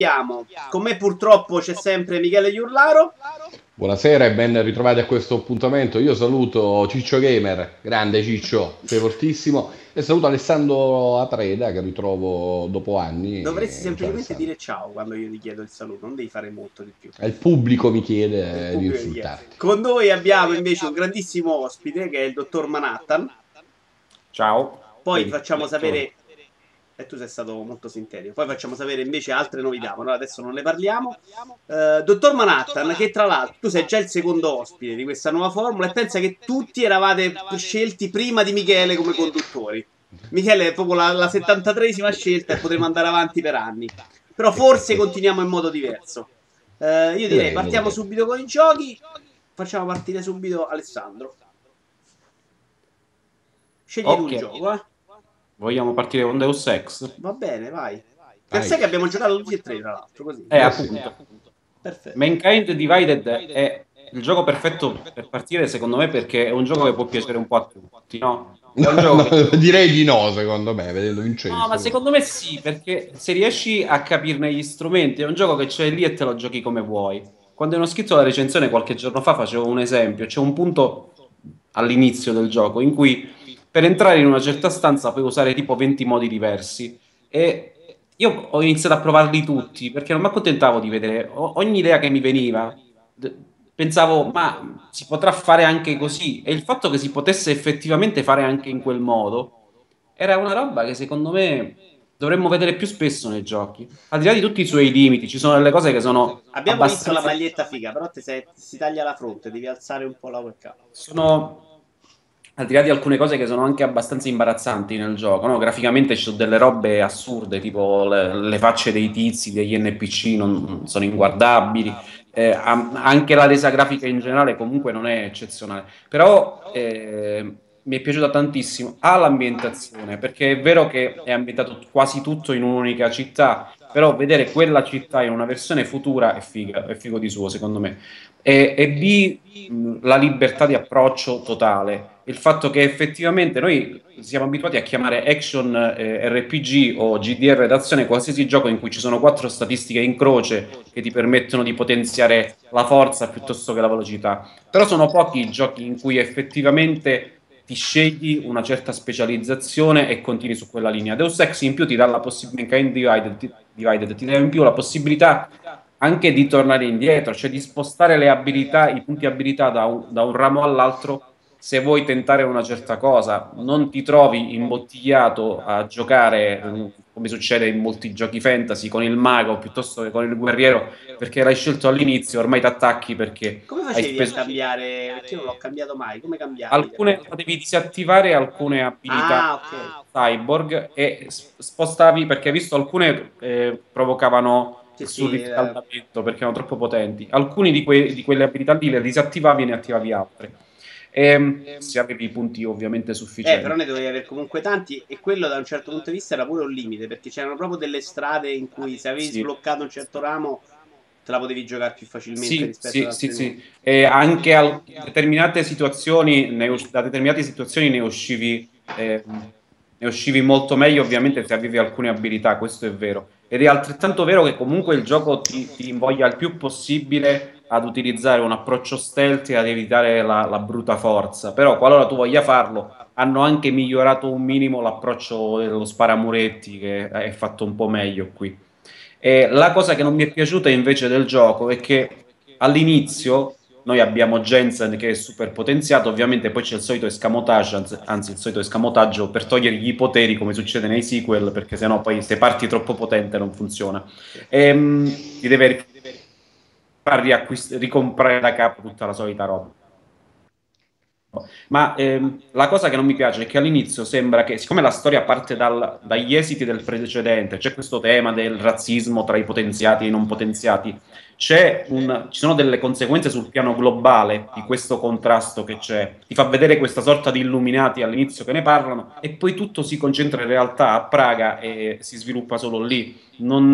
Con me purtroppo c'è sempre Michele Iurlaro. Buonasera e ben ritrovati a questo appuntamento. Io saluto Ciccio Gamer, grande Ciccio, sei fortissimo, e saluto Alessandro Atreda che ritrovo dopo Dovresti anni. Ciao semplicemente Alessandro. dire ciao quando io ti chiedo il saluto, non devi fare molto di più. E il pubblico mi Il chiede di pubblico ti chiede. insultarti. Con noi abbiamo invece un grandissimo ospite che è il dottor Manhattan. Ciao, Poi vedi, facciamo lettore. sapere, e tu sei stato molto sintetico, poi facciamo sapere invece altre novità, ma noi adesso non ne parliamo. Dottor Manhattan, che tra l'altro tu sei già il secondo ospite di questa nuova formula e pensa che tutti eravate scelti prima di Michele come conduttori. Michele è proprio la 73esima scelta e potremo andare avanti per anni. Però forse continuiamo in modo diverso. Io Io direi direi in modo partiamo diverso. subito con i giochi. Facciamo partire subito Alessandro. Scegli tu Ok, il gioco, eh. vogliamo partire con Deus Ex? Va bene, vai. Per Vai. sé che abbiamo giocato tutti e tre, tra l'altro, così. Sì. Appunto. Perfetto. Mankind Divided è il gioco perfetto per partire, secondo me, perché è un gioco che può piacere un po' a tutti, no? È un gioco Ma che... direi di no, secondo me, vedendo No, ma Vincenzo. secondo me sì, perché se riesci a capirne gli strumenti, è un gioco che c'è lì e te lo giochi come vuoi. Quando hanno scritto la recensione qualche giorno fa facevo un esempio, c'è un punto all'inizio del gioco in cui per entrare in una certa stanza puoi usare tipo 20 modi diversi e io ho iniziato a provarli tutti perché non mi accontentavo di vedere ogni idea che mi veniva. d- Pensavo, ma si potrà fare anche così? E il fatto che si potesse effettivamente fare anche in quel modo era una roba che secondo me dovremmo vedere più spesso nei giochi. Al di là di tutti i suoi limiti, ci sono delle cose che sono Abbiamo visto la abbastanza... maglietta figa, però si taglia la fronte, devi alzare un po' la webcam. sono al di là di alcune cose che sono anche abbastanza imbarazzanti nel gioco, no? Graficamente ci sono delle robe assurde, tipo le facce dei tizi, degli NPC non sono inguardabili, anche la resa grafica in generale comunque non è eccezionale, però mi è piaciuta tantissimo. Ha l'ambientazione, perché è vero che è ambientato quasi tutto in un'unica città, però vedere quella città in una versione futura è figo di suo, secondo me. E B, la libertà di approccio totale. Il fatto che effettivamente noi siamo abituati a chiamare action RPG o GDR d'azione qualsiasi gioco in cui ci sono quattro statistiche in croce che ti permettono di potenziare la forza piuttosto che la velocità. Però sono pochi i giochi in cui effettivamente ti scegli una certa specializzazione e continui su quella linea. Deus Ex in più ti dà la possibilità, Divided ti dà in più la possibilità anche di tornare indietro, cioè di spostare le abilità, i punti abilità da un ramo all'altro se vuoi tentare una certa cosa. Non ti trovi imbottigliato a giocare, come succede in molti giochi fantasy, con il mago piuttosto che con il guerriero, perché l'hai scelto all'inizio, ormai ti attacchi perché Come hai facevi a speso... cambiare? Perché io non l'ho cambiato mai. Come cambiavi? Alcune potevi disattivare alcune abilità Ah, ok. cyborg e spostavi perché hai visto alcune provocavano Sì, il sì. surriscaldamento perché erano troppo potenti. Alcuni di quelle abilità lì le disattivavi e ne attivavi altre. Se avevi i punti ovviamente Però ne sufficienti. dovevi avere comunque tanti e quello da un certo punto di vista era pure un limite, perché c'erano proprio delle strade in cui se avevi Sì. sbloccato un certo ramo te la potevi giocare più facilmente Sì, rispetto ad sì, sì, altre nuove. sì. E anche determinate situazioni, da determinate situazioni ne uscivi molto meglio, ovviamente, se avevi alcune abilità, questo è vero. Ed è altrettanto vero che comunque il gioco ti invoglia il più possibile ad utilizzare un approccio stealth e ad evitare la bruta forza. Però, qualora tu voglia farlo, hanno anche migliorato un minimo l'approccio dello sparamuretti, che è fatto un po' meglio qui. E la cosa che non mi è piaciuta invece del gioco è che all'inizio noi abbiamo Jensen che è super potenziato, ovviamente poi c'è il solito escamotage, anzi il solito escamotaggio per togliergli i poteri come succede nei sequel, perché sennò poi se parti troppo potente non funziona. Sì. Ti deve far ricomprare da capo tutta la solita roba. Ma la cosa che non mi piace è che all'inizio sembra che, siccome la storia parte dagli esiti del precedente, c'è questo tema del razzismo tra i potenziati e i non potenziati, ci sono delle conseguenze sul piano globale di questo contrasto che c'è. Ti fa vedere questa sorta di illuminati all'inizio che ne parlano e poi tutto si concentra in realtà a Praga e si sviluppa solo lì.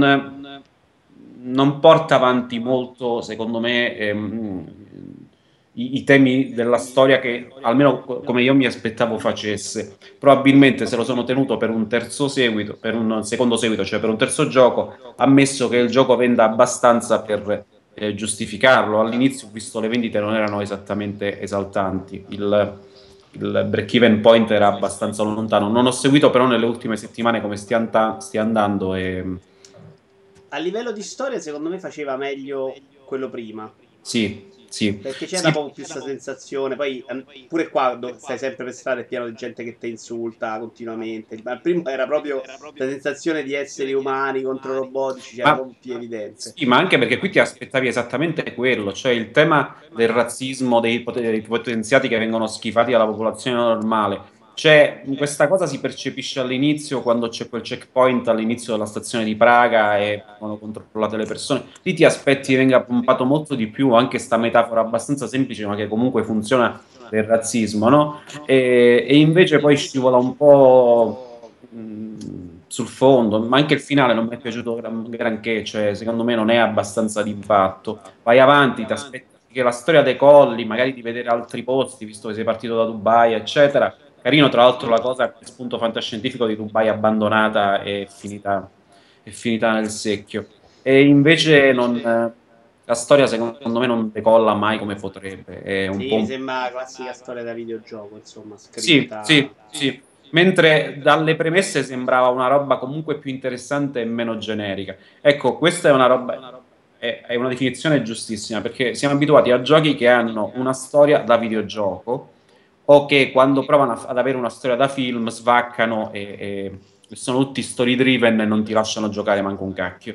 Non porta avanti molto, secondo me, i temi della storia che almeno come io mi aspettavo facesse. Probabilmente se lo sono tenuto per un terzo seguito, per un secondo seguito, cioè per un terzo gioco, ammesso che il gioco venda abbastanza per giustificarlo. All'inizio ho visto le vendite non erano esattamente esaltanti, il break-even point era abbastanza lontano. Non ho seguito però nelle ultime settimane come stia andando e A livello di storia, secondo me faceva meglio quello prima. sì, sì, Perché c'era sì. proprio più questa sensazione. Poi pure qua stai sempre per strada è pieno di gente che ti insulta continuamente. Ma prima era proprio la sensazione di esseri umani contro robotici, c'era Ma, proprio più evidente. sì, ma anche perché qui ti aspettavi esattamente quello, cioè il tema del razzismo, dei potenziati che vengono schifati dalla popolazione normale. Cioè, questa cosa si percepisce all'inizio, quando c'è quel checkpoint all'inizio della stazione di Praga e vengono controllate le persone. Lì ti aspetti venga pompato molto di più, anche sta metafora abbastanza semplice, ma che comunque funziona del razzismo, no? E invece poi scivola un po' sul fondo, ma anche il finale non mi è piaciuto granché, cioè secondo me non è abbastanza d'impatto. Vai avanti, ti aspetti che la storia decolli, magari di vedere altri posti, visto che sei partito da Dubai, eccetera. Carino, tra l'altro, la cosa, il spunto fantascientifico di Dubai abbandonata è finita nel secchio. E invece la storia secondo me non decolla mai come potrebbe, è un Sì, po' mi un sembra la classica storia da videogioco, insomma, sì, sì, scritta. sì. Mentre dalle premesse sembrava una roba comunque più interessante e meno generica. Ecco, questa è una roba, è una definizione giustissima, perché siamo abituati a giochi che hanno una storia da videogioco o che quando provano ad avere una storia da film svaccano e sono tutti story driven e non ti lasciano giocare manco un cacchio.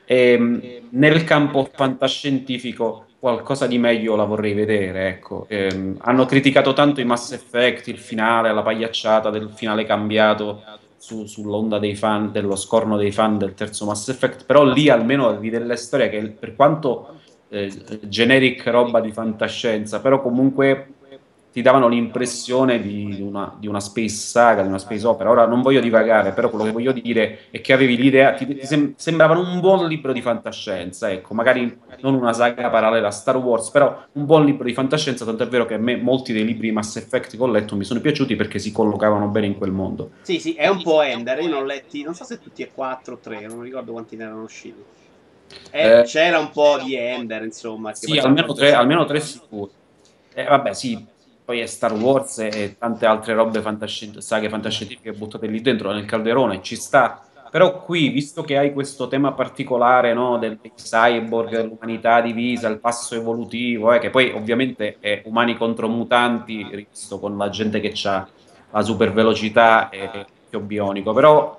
Nel campo fantascientifico qualcosa di meglio la vorrei vedere, ecco. Hanno criticato tanto i Mass Effect, il finale, la pagliacciata del finale cambiato sull'onda dei fan, dello scorno dei fan del terzo Mass Effect, però lì almeno avevi delle storie che per quanto generic roba di fantascienza, però comunque ti davano l'impressione di una space saga, di una space opera. Ora non voglio divagare, però quello che voglio dire è che avevi l'idea, sembravano un buon libro di fantascienza, ecco, magari non una saga parallela a Star Wars, però un buon libro di fantascienza, tanto è vero che a me molti dei libri di Mass Effect che ho letto mi sono piaciuti perché si collocavano bene in quel mondo. Sì, sì, è un po' Ender. Io non ho letti, non so se tutti e quattro o tre, non ricordo quanti ne erano usciti. Eh, C'era un po' di Ender, insomma, che sì, faceva fantascienza. almeno tre sicuri. Vabbè, sì, poi è Star Wars e tante altre robe saghe fantascientifiche buttate lì dentro nel calderone, ci sta. Però qui, visto che hai questo tema particolare, no, dei cyborg, dell'umanità divisa, il passo evolutivo, che poi ovviamente è umani contro mutanti, rivisto con la gente che ha la super velocità e il bionico, però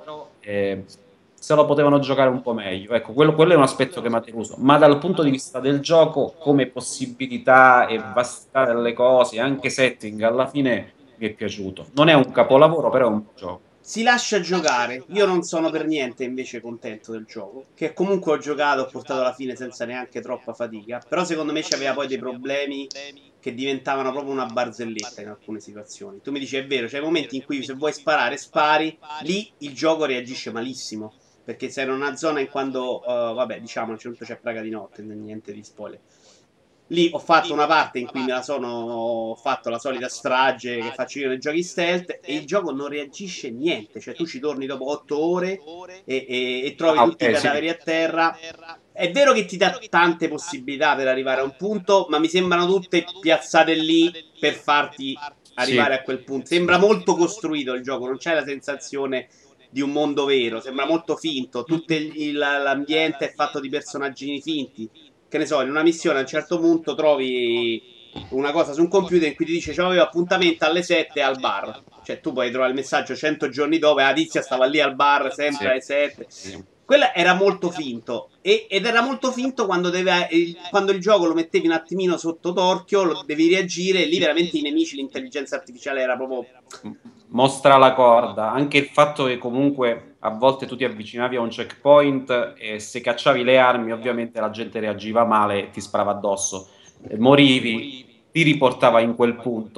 se lo potevano giocare un po' meglio. Ecco, quello è un aspetto che mi ha deluso, ma dal punto di vista del gioco, come possibilità e vastità delle cose, anche setting, alla fine mi è piaciuto. Non è un capolavoro, però è un gioco. Si lascia giocare. Io non sono per niente invece contento del gioco. Che comunque ho giocato, ho portato alla fine senza neanche troppa fatica. Però secondo me c'aveva poi dei problemi che diventavano proprio una barzelletta in alcune situazioni. Tu mi dici, è vero, c'è momenti in cui se vuoi sparare, spari. Lì il gioco reagisce malissimo. Perché sei in una zona in quando, vabbè, diciamo, a un certo punto c'è Praga di notte, niente di spoiler. Lì ho fatto una parte in cui me la sono ho fatto la solita strage che faccio io nei giochi stealth e il gioco non reagisce niente, cioè tu ci torni dopo 8 ore e trovi Ah, tutti i ok, sì. cadaveri a terra. È vero che ti dà tante possibilità per arrivare a un punto, ma mi sembrano tutte piazzate lì per farti Sì. arrivare a quel punto. Sembra molto costruito il gioco, non c'è la sensazione di un mondo vero, sembra molto finto, tutto l'ambiente è fatto di personaggini finti. Che ne so, in una missione a un certo punto trovi una cosa su un computer in cui ti dice c'avevo appuntamento alle 7 al bar. Cioè tu puoi trovare il messaggio 100 giorni dopo e la tizia stava lì al bar sempre Sì. alle 7. Sì. Quella era molto finto ed era molto finto quando il gioco lo mettevi un attimino sotto torchio, lo devi reagire e lì veramente i nemici, l'intelligenza artificiale era proprio. Mostra la corda, anche il fatto che comunque a volte tu ti avvicinavi a un checkpoint e se cacciavi le armi ovviamente la gente reagiva male e ti sparava addosso. Morivi, ti riportava in quel punto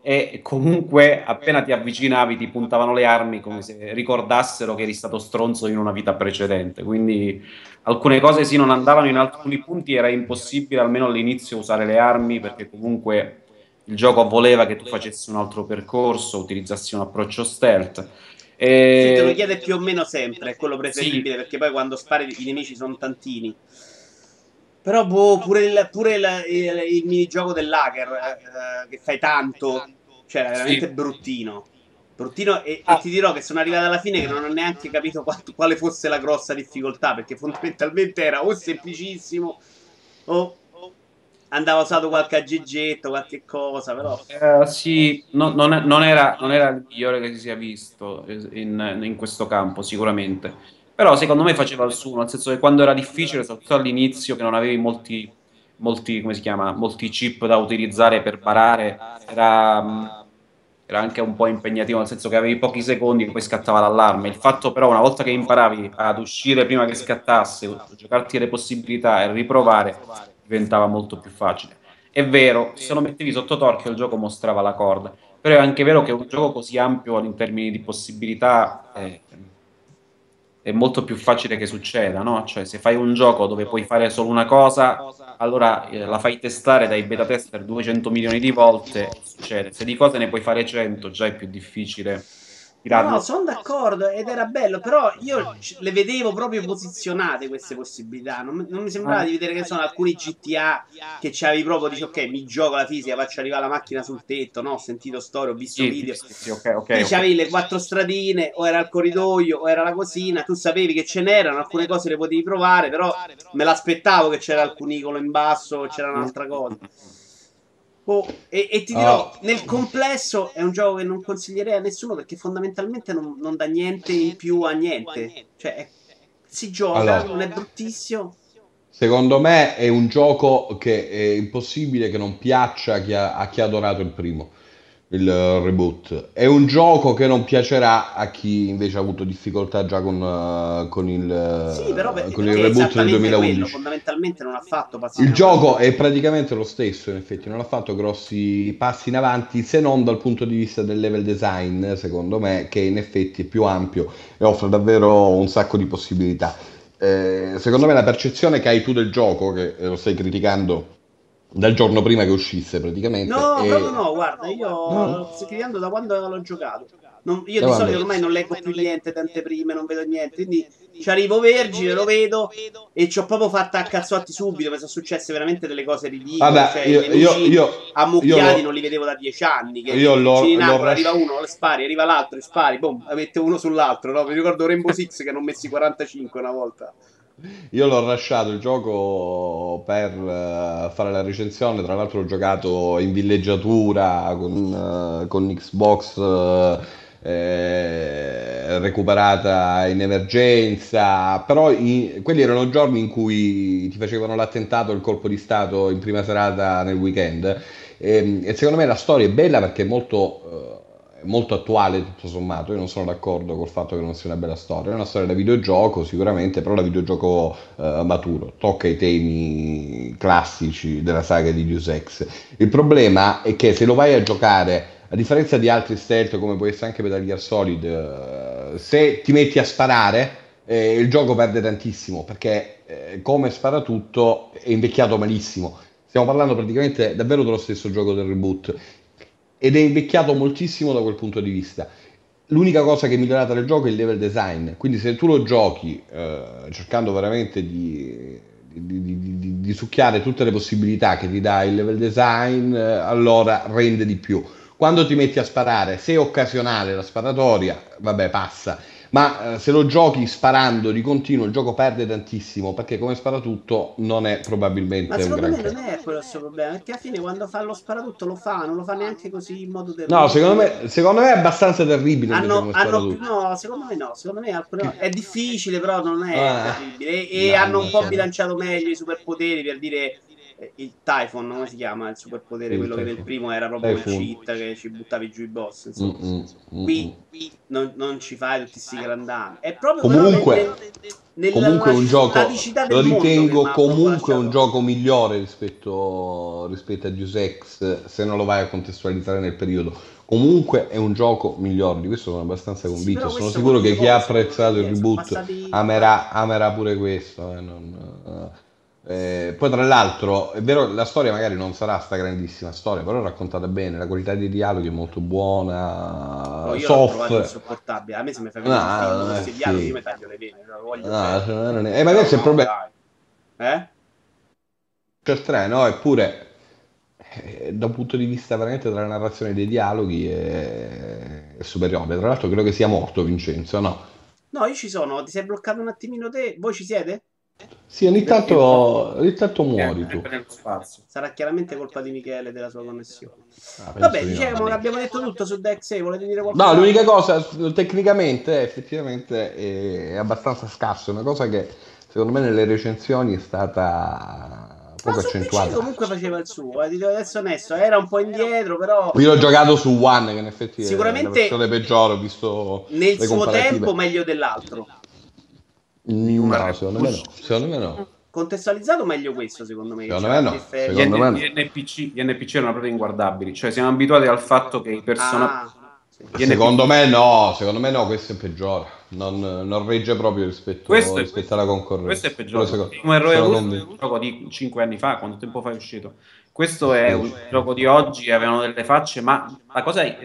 e comunque appena ti avvicinavi ti puntavano le armi come se ricordassero che eri stato stronzo in una vita precedente. Quindi alcune cose sì non andavano, in alcuni punti era impossibile almeno all'inizio usare le armi perché comunque il gioco voleva che tu facessi un altro percorso, utilizzassi un approccio stealth. Sì, te lo E... chiede più o meno sempre, è quello Sì, preferibile, perché poi quando spari i nemici sono tantini. Però boh, pure il minigioco dell'hacker, che fai tanto, cioè era veramente sì. bruttino. Bruttino e Ah, ti dirò che sono arrivato alla fine che non ho neanche capito quale fosse la grossa difficoltà, perché fondamentalmente era o semplicissimo o andava usato qualche aggeggetto, qualche cosa, però... sì, non era il migliore che si sia visto in questo campo, sicuramente. Però secondo me faceva il suo, nel senso che quando era difficile, soprattutto all'inizio, che non avevi come si chiama, molti chip da utilizzare per barare, era anche un po' impegnativo, nel senso che avevi pochi secondi e poi scattava l'allarme. Il fatto però, una volta che imparavi ad uscire prima che scattasse, giocarti le possibilità e riprovare, diventava molto più facile. È vero, se lo mettevi sotto torchio il gioco mostrava la corda, però è anche vero che un gioco così ampio in termini di possibilità è molto più facile che succeda, no? Cioè, se fai un gioco dove puoi fare solo una cosa, allora la fai testare dai beta tester 200 milioni di volte e succede. Se di cose ne puoi fare 100, già è più difficile No, no, tirarle. sono d'accordo ed era bello, però io le vedevo proprio posizionate queste possibilità. Non mi sembrava Ah, di vedere che sono alcuni GTA che c'avevi proprio, dici ok, mi gioco la fisica, faccio arrivare la macchina sul tetto, no? Ho sentito storie, ho visto sì, sì, video. sì, sì, ok, ok, Qui ok. c'avevi le quattro stradine, o era il corridoio, o era la cosina, tu sapevi che ce n'erano, alcune cose le potevi provare, però me l'aspettavo che c'era il cunicolo in basso, o c'era Mm, un'altra mm, cosa. mm, mm. E ti dirò, nel complesso è un gioco che non consiglierei a nessuno perché fondamentalmente non dà niente in più a niente. Cioè, si gioca, Allora, non è bruttissimo. secondo me è un gioco che è impossibile che non piaccia a chi ha adorato il primo, il reboot. È un gioco che non piacerà a chi invece ha avuto difficoltà già Sì, però con il perché è reboot del esattamente quello, 2011. fondamentalmente non ha fatto passi in Il gioco avanti. è praticamente lo stesso, in effetti, non ha fatto grossi passi in avanti, se non dal punto di vista del level design, secondo me, che in effetti è più ampio e offre davvero un sacco di possibilità. Secondo me la percezione che hai tu del gioco, che lo stai criticando dal giorno prima che uscisse praticamente, No, proprio è... no, guarda, io No? lo sto criticando da quando l'ho giocato. Io Da di quando? solito ormai non leggo più niente, tante prime, non vedo niente, quindi ci arrivo vergine, lo vedo e ci ho proprio fatta a cazzotti subito, mi sono successe veramente delle cose ridicole, cioè Vabbè, i nemici io ammucchiati non li vedevo da 10 anni, che io giri in l'ho angolo, arriva uno, le spari, arriva l'altro, e spari, boom, mette uno sull'altro, no? Mi ricordo Rainbow Six che ne ho messi 45 una volta. Io l'ho rushato il gioco per fare la recensione, tra l'altro l'ho giocato in villeggiatura con Xbox recuperata in emergenza, però quelli erano giorni in cui ti facevano l'attentato, il colpo di stato in prima serata nel weekend e secondo me la storia è bella perché è molto attuale tutto sommato. Io non sono d'accordo col fatto che non sia una bella storia. È una storia da videogioco sicuramente, però da videogioco maturo. Tocca i temi classici della saga di Deus Ex. Il problema è che se lo vai a giocare, a differenza di altri stealth come può essere anche Metal Gear Solid, se ti metti a sparare, il gioco perde tantissimo perché come spara tutto è invecchiato malissimo. Stiamo parlando praticamente davvero dello stesso gioco del reboot ed è invecchiato moltissimo da quel punto di vista. L'unica cosa che è migliorata nel gioco è il level design, quindi se tu lo giochi cercando veramente di succhiare tutte le possibilità che ti dà il level design, allora rende di più. Quando ti metti a sparare, se è occasionale la sparatoria, vabbè, passa. Ma se lo giochi sparando di continuo, il gioco perde tantissimo perché come spara tutto non è Ma probabilmente un secondo me granché. non è quello il suo problema, perché alla fine quando fa lo sparatutto lo fa, non lo fa neanche così in modo No, terribile. secondo me è abbastanza terribile invece come spara Hanno più, tutto. no, secondo me no, secondo me è difficile, però non è Ah, terribile. E no, hanno un no, po' secondo bilanciato meglio i superpoteri per dire il Typhon, come si chiama il superpotere? il Quello che nel Typhoon. primo era proprio il Typhoon. cheat che ci buttavi giù i boss, Mm, insomma. mm, mm, Qui mm. non ci fai tutti questi grandami. È proprio però Comunque, Comunque è un gioco, sadicità lo del mondo che ritengo mi ha proprio comunque un lasciato. gioco migliore rispetto a Deus Ex, se non lo vai a contestualizzare nel periodo. Comunque è un gioco migliore, di questo sono abbastanza Sì, convinto. però Sono questo vuol sicuro che dire chi ha poco, secondo me. apprezzato il Sono reboot passati amerà pure questo. Poi tra l'altro è vero, la storia magari non sarà sta grandissima storia, però è raccontata bene, la qualità dei dialoghi è molto Oh, buona, io l'ho trovato soft. insopportabile. A me se mi fai vedere un film con No, questi dialoghi, io mi sì. taglio le vene, cioè, lo voglio No, bene. secondo me non è. Ma Però adesso il no, problema dai. Eh? c'è il treno, eppure da un punto di vista veramente della narrazione dei dialoghi è superiore. Tra l'altro credo che sia morto Vincenzo, no? No, io ci sono. Ti sei bloccato un attimino te? Voi ci siete? Sì, Io no, ogni tanto muori tu. sempre nello spazio. Sarà chiaramente colpa di Michele e della sua connessione. Ah, penso Vabbè, di no. diciamo che abbiamo detto tutto su Dex 6. Volete dire No, l'unica qualcos'altro? cosa tecnicamente effettivamente è abbastanza scarso, è una cosa che secondo me nelle recensioni è stata Ma poco su PC accentuata. comunque faceva il suo, ti devo essere onesto. Era un po' indietro, però Io l'ho giocato su One, che in effetti è la sicuramente versione peggiore, ho visto nel le suo tempo comparative. meglio dell'altro. Di Human No, secondo me no. Revolution. Secondo me no. Contestualizzato meglio questo, secondo me, che Secondo c'ha me più no. Gli, effetti. Secondo N- me no. gli NPC erano proprio inguardabili, cioè siamo abituati al fatto che i personaggi, Ah, sì. gli NPC, Secondo me no, questo è peggiore. Non regge proprio questo è, rispetto alla questo è concorrenza. Quello peggiore. Human sono Revolution è convinto. un gioco di 5 anni fa, quanto tempo fa è uscito? Questo è Sì. un gioco di oggi, avevano delle facce, ma la cosa è,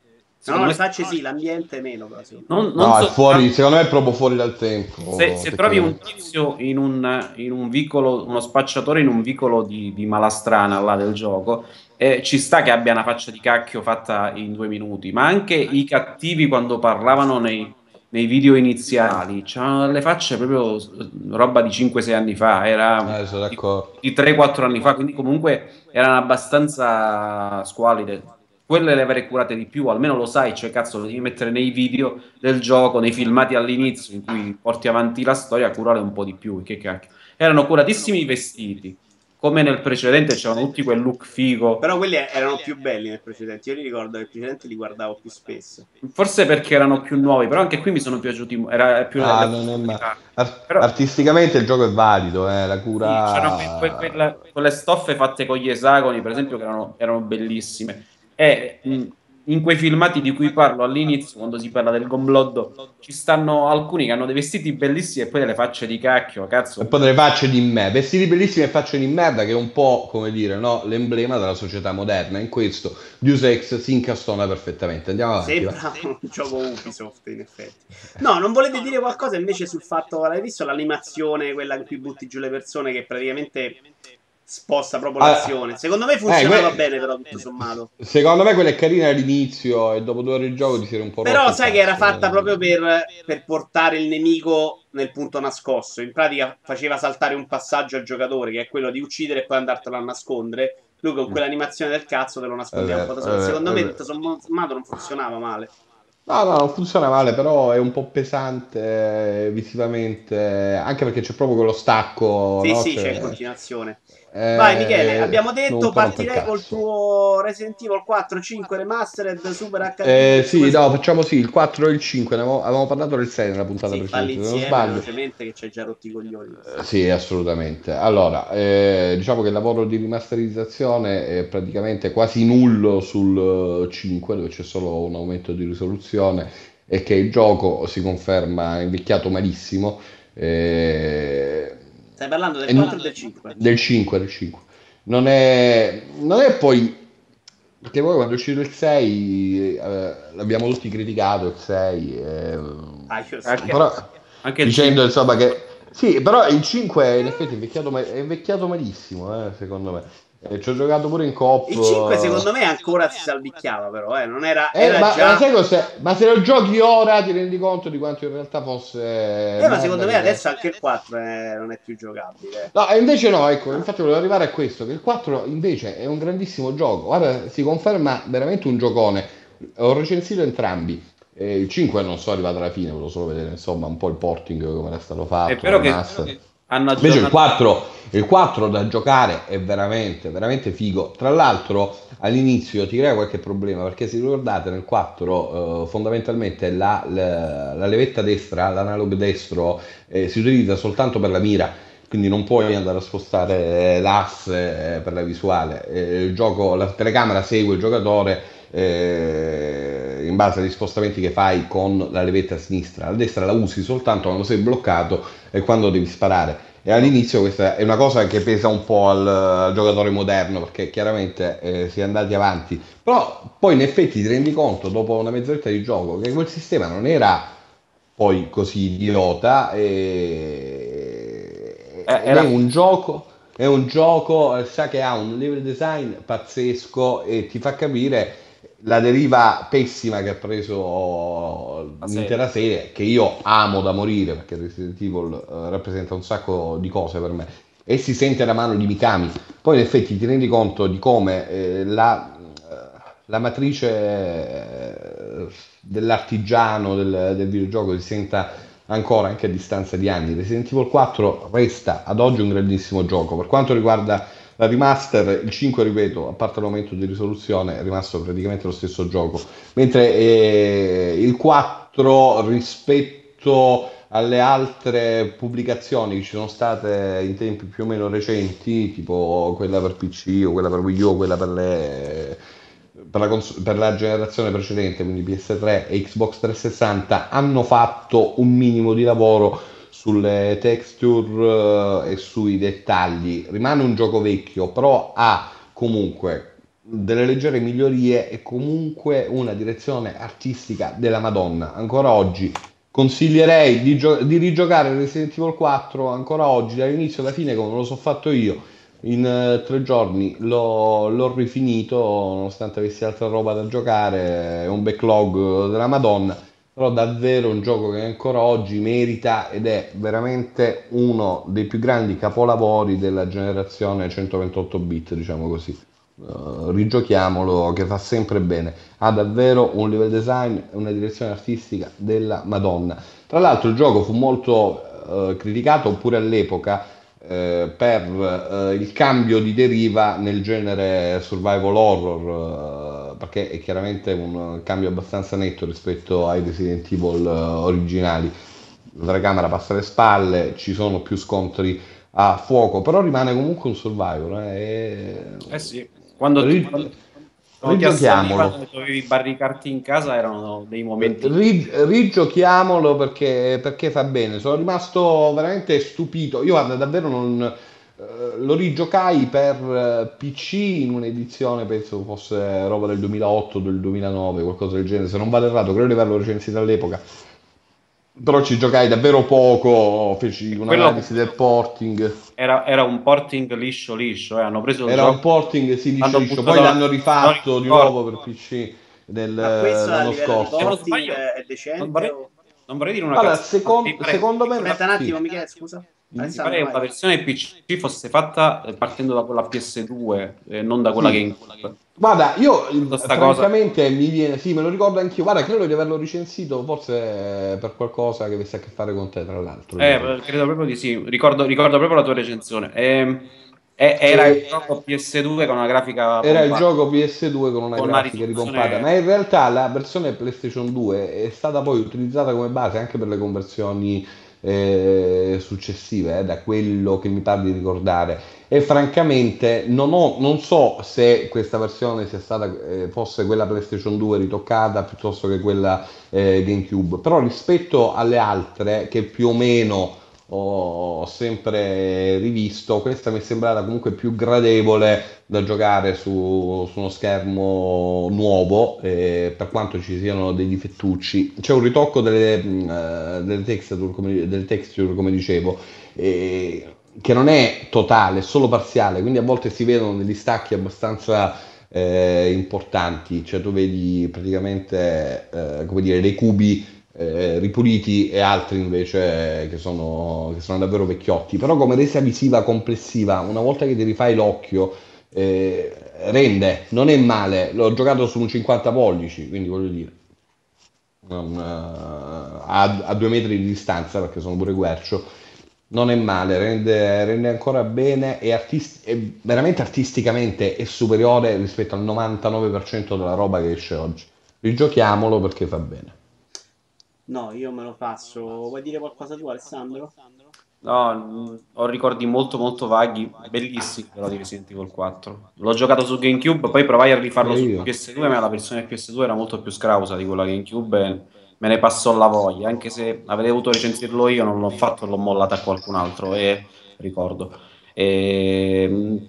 No, secondo le me, facce sì, l'ambiente meno, però, secondo me. non No, è fuori, soltanto. secondo me è proprio fuori dal Se, tempo, se trovi un tecnicamente. tizio in un vicolo, uno spacciatore in un vicolo di Malastrana là del gioco, ci sta che abbia una faccia di cacchio fatta in 2 minuti, ma anche i cattivi quando parlavano nei video iniziali, c'erano delle facce proprio roba di 5-6 anni fa, era Sono di, d'accordo. di 3-4 anni fa, quindi comunque erano abbastanza squalide. Quelle le avrei curate di più, almeno lo sai, cioè cazzo, lo devi mettere nei video del gioco, nei filmati all'inizio in cui porti avanti la storia, curare un po' di più. Che cacchio. Erano curatissimi i vestiti, come nel precedente c'erano tutti quel look figo, Però quelli erano più belli nel precedente. Io li ricordo che i precedenti li guardavo più spesso. forse perché erano più nuovi, però anche qui mi sono piaciuti, era più Ah, la non è profondità. Però artisticamente il gioco è valido, la sì, c'erano cura. quelle stoffe fatte con gli esagoni, per esempio, che erano bellissime. E in quei filmati di cui parlo all'inizio, quando si parla del gombloddo, ci stanno alcuni che hanno dei vestiti bellissimi e poi delle facce di cacchio, E cazzo. poi delle facce di merda, vestiti bellissimi e facce di merda, che è un po', come dire, no, l'emblema della società moderna. In questo Deus Ex si incastona perfettamente. Andiamo avanti, va. Sembra un gioco Ubisoft, in effetti. No, non volete dire qualcosa invece sul fatto, l'hai visto l'animazione, quella in cui butti giù le persone, che praticamente sposta proprio Ah, l'azione. Secondo me funzionava que- bene, però, tutto sommato. secondo me quella è carina all'inizio e dopo 2 ore di gioco ti si era un po' rotto Però il sai che era cazzo. fatta proprio per portare il nemico nel punto nascosto. In pratica faceva saltare un passaggio al giocatore, che è quello di uccidere e poi andartelo a nascondere. Lui con quell'animazione del cazzo te lo È nascondeva un po' vero, da è solo. vero, Secondo è me, vero. tutto sommato, non funzionava male. No, no, non funziona male, però è un po' pesante visivamente, anche perché c'è proprio quello stacco, Sì, no? sì, c'è in continuazione. Vai Michele, Eh, abbiamo un detto po' rompe il partirei col cazzo. tuo Resident Evil 4, 5 Remastered, Super HD, Sì, no, Super... facciamo sì, il 4 e il 5, avevamo parlato del 6 nella puntata Sì, falli precedente, se non insieme sbaglio. velocemente che c'hai già rotti i coglioni. Sì, assolutamente. Allora, diciamo che il lavoro di rimasterizzazione è praticamente quasi nullo sul 5, dove c'è solo un aumento di risoluzione e che il gioco si conferma invecchiato malissimo. eh, Stai parlando del e 4 e del 5? del 5, del 5. Non è poi, perché poi quando è uscito il 6, l'abbiamo tutti criticato il 6, Ah, io sì. Anche, però anche il dicendo 5. insomma che sì, però il 5 in effetti è invecchiato malissimo, secondo me. Ci ho giocato pure in coop. Il 5 secondo me ancora si salvicchiava però, non era, era Ma già... sai cos'è? Ma se lo giochi ora ti rendi conto di quanto in realtà fosse Ma merda secondo me che adesso anche il 4 non è più giocabile. No, e invece no, ecco, infatti volevo arrivare a questo, che il 4 invece è un grandissimo gioco, guarda, si conferma veramente un giocone, ho recensito entrambi. Il 5 non sono arrivato alla fine, volevo solo vedere insomma un po' il porting come era stato È fatto, la vero che remaster. hanno Invece aggiornato. il 4 da giocare è veramente, veramente figo. Tra l'altro all'inizio ti crea qualche problema perché se ricordate nel 4 fondamentalmente la levetta destra, l'analog destro si utilizza soltanto per la mira, quindi non puoi andare a spostare l'asse per la visuale. Il gioco, la telecamera segue il giocatore in base agli spostamenti che fai con la levetta a sinistra. La destra la usi soltanto quando sei bloccato e quando devi sparare. E all'inizio questa è una cosa che pesa un po' al giocatore moderno perché chiaramente si è andati avanti. Però poi in effetti ti rendi conto dopo una mezz'oretta di gioco che quel sistema non era poi così idiota ed Era è un gioco, sa che ha un level design pazzesco e ti fa capire la deriva pessima che ha preso la l'intera serie. serie, che io amo da morire perché Resident Evil rappresenta un sacco di cose per me e si sente la mano di Mikami. Poi in effetti ti rendi conto di come la matrice dell'artigiano del videogioco si senta ancora anche a distanza di anni. Resident Evil 4 resta ad oggi un grandissimo gioco. Per quanto riguarda la remaster, il 5, ripeto, a parte l'aumento di risoluzione, è rimasto praticamente lo stesso gioco. Mentre il 4 rispetto alle altre pubblicazioni che ci sono state in tempi più o meno recenti, tipo quella per PC o quella per Wii U o quella per la generazione precedente, quindi PS3 e Xbox 360, hanno fatto un minimo di lavoro sulle texture e sui dettagli. Rimane un gioco vecchio, però ha comunque delle leggere migliorie e comunque una direzione artistica della Madonna. Ancora oggi consiglierei di rigiocare Resident Evil 4 ancora oggi, dall'inizio alla fine, come lo so fatto io. In 3 giorni l'ho rifinito, nonostante avessi altra roba da giocare, è un backlog della Madonna, però davvero un gioco che ancora oggi merita ed è veramente uno dei più grandi capolavori della generazione 128 bit, diciamo così. Rigiochiamolo, che fa sempre bene. Ha davvero un level design e una direzione artistica della Madonna. Tra l'altro il gioco fu molto criticato pure all'epoca per il cambio di deriva nel genere survival horror, perché è chiaramente un cambio abbastanza netto rispetto ai Resident Evil originali. La telecamera passa alle spalle, ci sono più scontri a fuoco, però rimane comunque un survival. Eh sì, quando ti Rigiochiamolo. assalivano e dovevi barricarti in casa erano dei momenti. Rigiochiamolo perché fa bene. Sono rimasto veramente stupito. Io guarda, davvero non lo rigiocai per PC in un'edizione, penso fosse roba del 2008, del 2009, qualcosa del genere. Se non vado errato, credo di averlo recensito all'epoca. Però ci giocai davvero poco, feci Quello un'analisi del porting. era un porting liscio liscio, hanno preso il Era un gioco, porting, sì, liscio l'hanno liscio. Poi buttato alla l'hanno fine, non rifatto di ricordo. nuovo per PC Ma questo a l'anno livello di Se non scorso. porting sbaglio, è non decente vorrei, o... non vorrei dire una Allora, cazzata, ma secondo me, Aspetta un attimo, sì. Michele, scusa. mi Alessandro, pare che vai. la versione PC fosse fatta partendo da quella PS2 e non da quella Sì. GameCube. Guarda, io Questa cosa, francamente mi viene, sì, me lo ricordo anch'io. Guarda, credo di averlo recensito forse per qualcosa che avesse a che fare con te, tra l'altro. credo proprio di sì, ricordo proprio la tua recensione. Era il E, gioco PS2 con una grafica Era il pompata, gioco PS2 con una con una grafica ripompata, ma risoluzione. in realtà la versione PlayStation 2 è stata poi utilizzata come base anche per le conversioni successive, da quello che mi pare di ricordare. E francamente non so se questa versione sia stata, fosse quella PlayStation 2 ritoccata piuttosto che quella GameCube, però rispetto alle altre che più o meno ho sempre rivisto, questa mi è sembrata comunque più gradevole da giocare su uno schermo nuovo, per quanto ci siano dei difettucci. C'è un ritocco delle texture, come dicevo, che non è totale, è solo parziale, quindi a volte si vedono degli stacchi abbastanza importanti, cioè tu vedi praticamente come dire, dei cubi ripuliti e altri invece che sono davvero vecchiotti. Però come resa visiva complessiva, una volta che ti rifai l'occhio, rende, non è male. L'ho giocato su un 50 pollici, quindi voglio dire, a 2 metri di distanza, perché sono pure quercio. Non è male, rende ancora bene e veramente artisticamente è superiore rispetto al 99% della roba che esce oggi. Rigiochiamolo perché fa bene. No, io me lo passo. Vuoi dire qualcosa tu, Alessandro? No, ho ricordi molto molto vaghi, bellissimi però di Resident Evil 4. L'ho giocato su GameCube, poi provai a rifarlo Pure su io. PS2, ma la versione PS2 era molto più scrausa di quella GameCube e me ne passò la voglia, anche se avrei dovuto recensirlo io, non l'ho fatto e l'ho mollata a qualcun altro, e ricordo. E,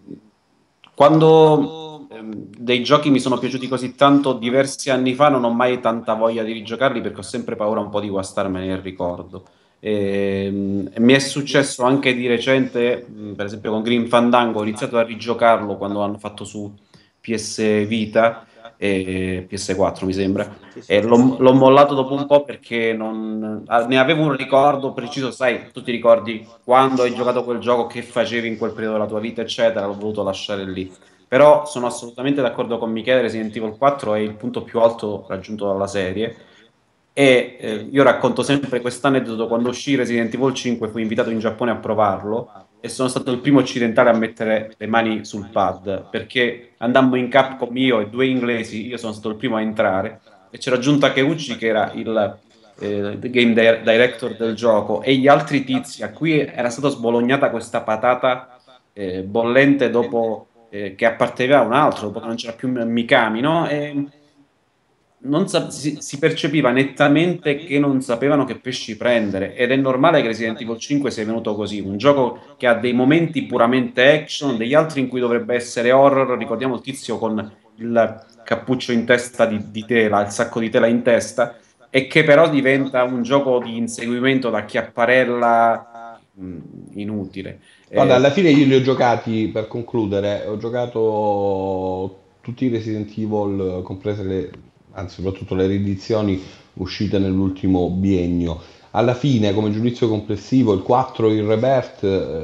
quando dei giochi mi sono piaciuti così tanto diversi anni fa, non ho mai tanta voglia di rigiocarli perché ho sempre paura un po' di guastarmene il ricordo. Mi è successo anche di recente, per esempio con Green Fandango, ho iniziato a rigiocarlo quando l'hanno fatto su PS Vita e PS4 mi sembra, Sì, sì. e l'ho mollato dopo un po' perché ne avevo un ricordo preciso, sai, tu ti ricordi quando hai giocato quel gioco, che facevi in quel periodo della tua vita, eccetera, l'ho voluto lasciare lì. Però sono assolutamente d'accordo con Michele, Resident Evil 4 è il punto più alto raggiunto dalla serie e io racconto sempre quest'aneddoto: quando uscì Resident Evil 5 fui invitato in Giappone a provarlo e sono stato il primo occidentale a mettere le mani sul pad perché andammo in Capcom io e due inglesi, io sono stato il primo a entrare e c'era Giun Takeuchi che era il director del gioco e gli altri tizi a cui era stata sbolognata questa patata bollente dopo che apparteneva a un altro, dopo che non c'era più Mikami, no? E si percepiva nettamente che non sapevano che pesci prendere ed è normale che Resident Evil 5 sia venuto così, un gioco che ha dei momenti puramente action, degli altri in cui dovrebbe essere horror, ricordiamo il tizio con il cappuccio in testa di tela, il sacco di tela in testa, e che però diventa un gioco di inseguimento da chiapparella inutile. Guarda, alla fine io li ho giocati, per concludere, ho giocato tutti i Resident Evil, comprese anzi soprattutto le riedizioni uscite nell'ultimo biennio. Alla fine, come giudizio complessivo, il 4 e il Rebirth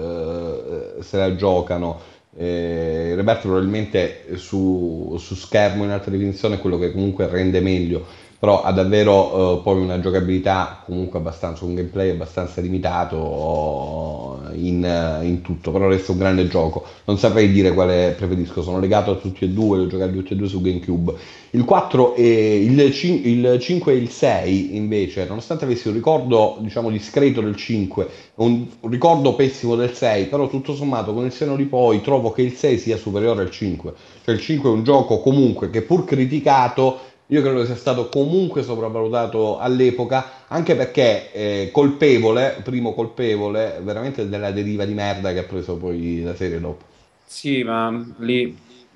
se la giocano. Il Rebirth probabilmente su schermo in alta definizione è quello che comunque rende meglio, però ha davvero poi una giocabilità comunque abbastanza, un gameplay abbastanza limitato in tutto, però resta un grande gioco. Non saprei dire quale preferisco, sono legato a tutti e due, li ho giocati tutti e due su GameCube. Il 4 e il 5 e il 6 invece, nonostante avessi un ricordo diciamo discreto del 5, un ricordo pessimo del 6, però tutto sommato con il seno di poi trovo che il 6 sia superiore al 5. Cioè il 5 è un gioco comunque che pur criticato io credo che sia stato comunque sopravvalutato all'epoca, anche perché primo colpevole veramente della deriva di merda che ha preso poi la serie dopo. Sì, ma lì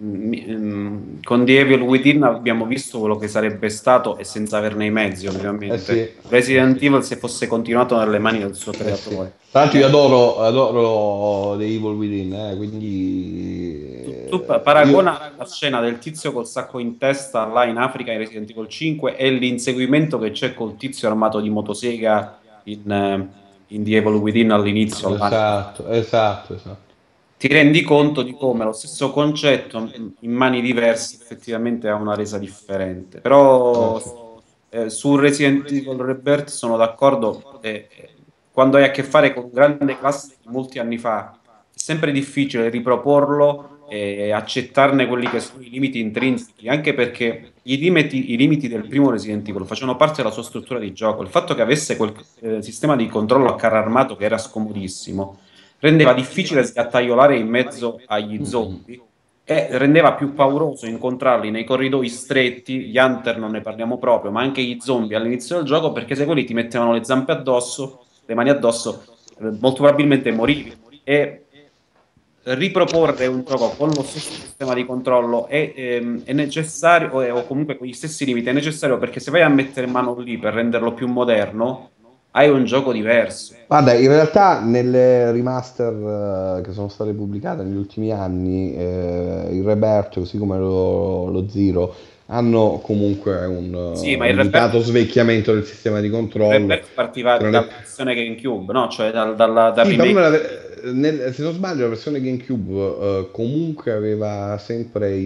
con The Evil Within abbiamo visto quello che sarebbe stato e senza averne i mezzi, Eh sì, ovviamente. eh Resident sì, Evil se fosse continuato nelle mani del suo eh sì. creatore. Tra l'altro io Eh, adoro The Evil Within, quindi tu io... paragona la scena del tizio col sacco in testa là in Africa in Resident Evil 5 e l'inseguimento che c'è col tizio armato di motosega in The Evil Within all'inizio, là. Esatto, esatto, esatto. Ti rendi conto di come lo stesso concetto in mani diverse effettivamente ha una resa differente. Però Sì. su Resident Evil Rebirth sono d'accordo, quando hai a che fare con un grande classico di molti anni fa, è sempre difficile riproporlo e accettarne quelli che sono i limiti intrinseci, anche perché i limiti del primo Resident Evil facevano parte della sua struttura di gioco. Il fatto che avesse quel sistema di controllo a carro armato che era scomodissimo rendeva difficile sgattaiolare in mezzo agli zombie e rendeva più pauroso incontrarli nei corridoi stretti, gli hunter non ne parliamo proprio, ma anche gli zombie all'inizio del gioco, perché se quelli ti mettevano le zampe addosso, le mani addosso, molto probabilmente morivi. E riproporre un gioco con lo stesso sistema di controllo è necessario, o comunque con gli stessi limiti, è necessario perché se vai a mettere mano lì per renderlo più moderno, hai un gioco diverso. Guarda, in realtà nelle remaster che sono state pubblicate negli ultimi anni, il Rebirth, così come lo Zero, hanno comunque Sì, ma un limitato svecchiamento del sistema di il controllo. Rebirth partiva Che non dalla è... versione GameCube, no? Cioè dal Sì, però remake. se non sbaglio la versione GameCube comunque aveva sempre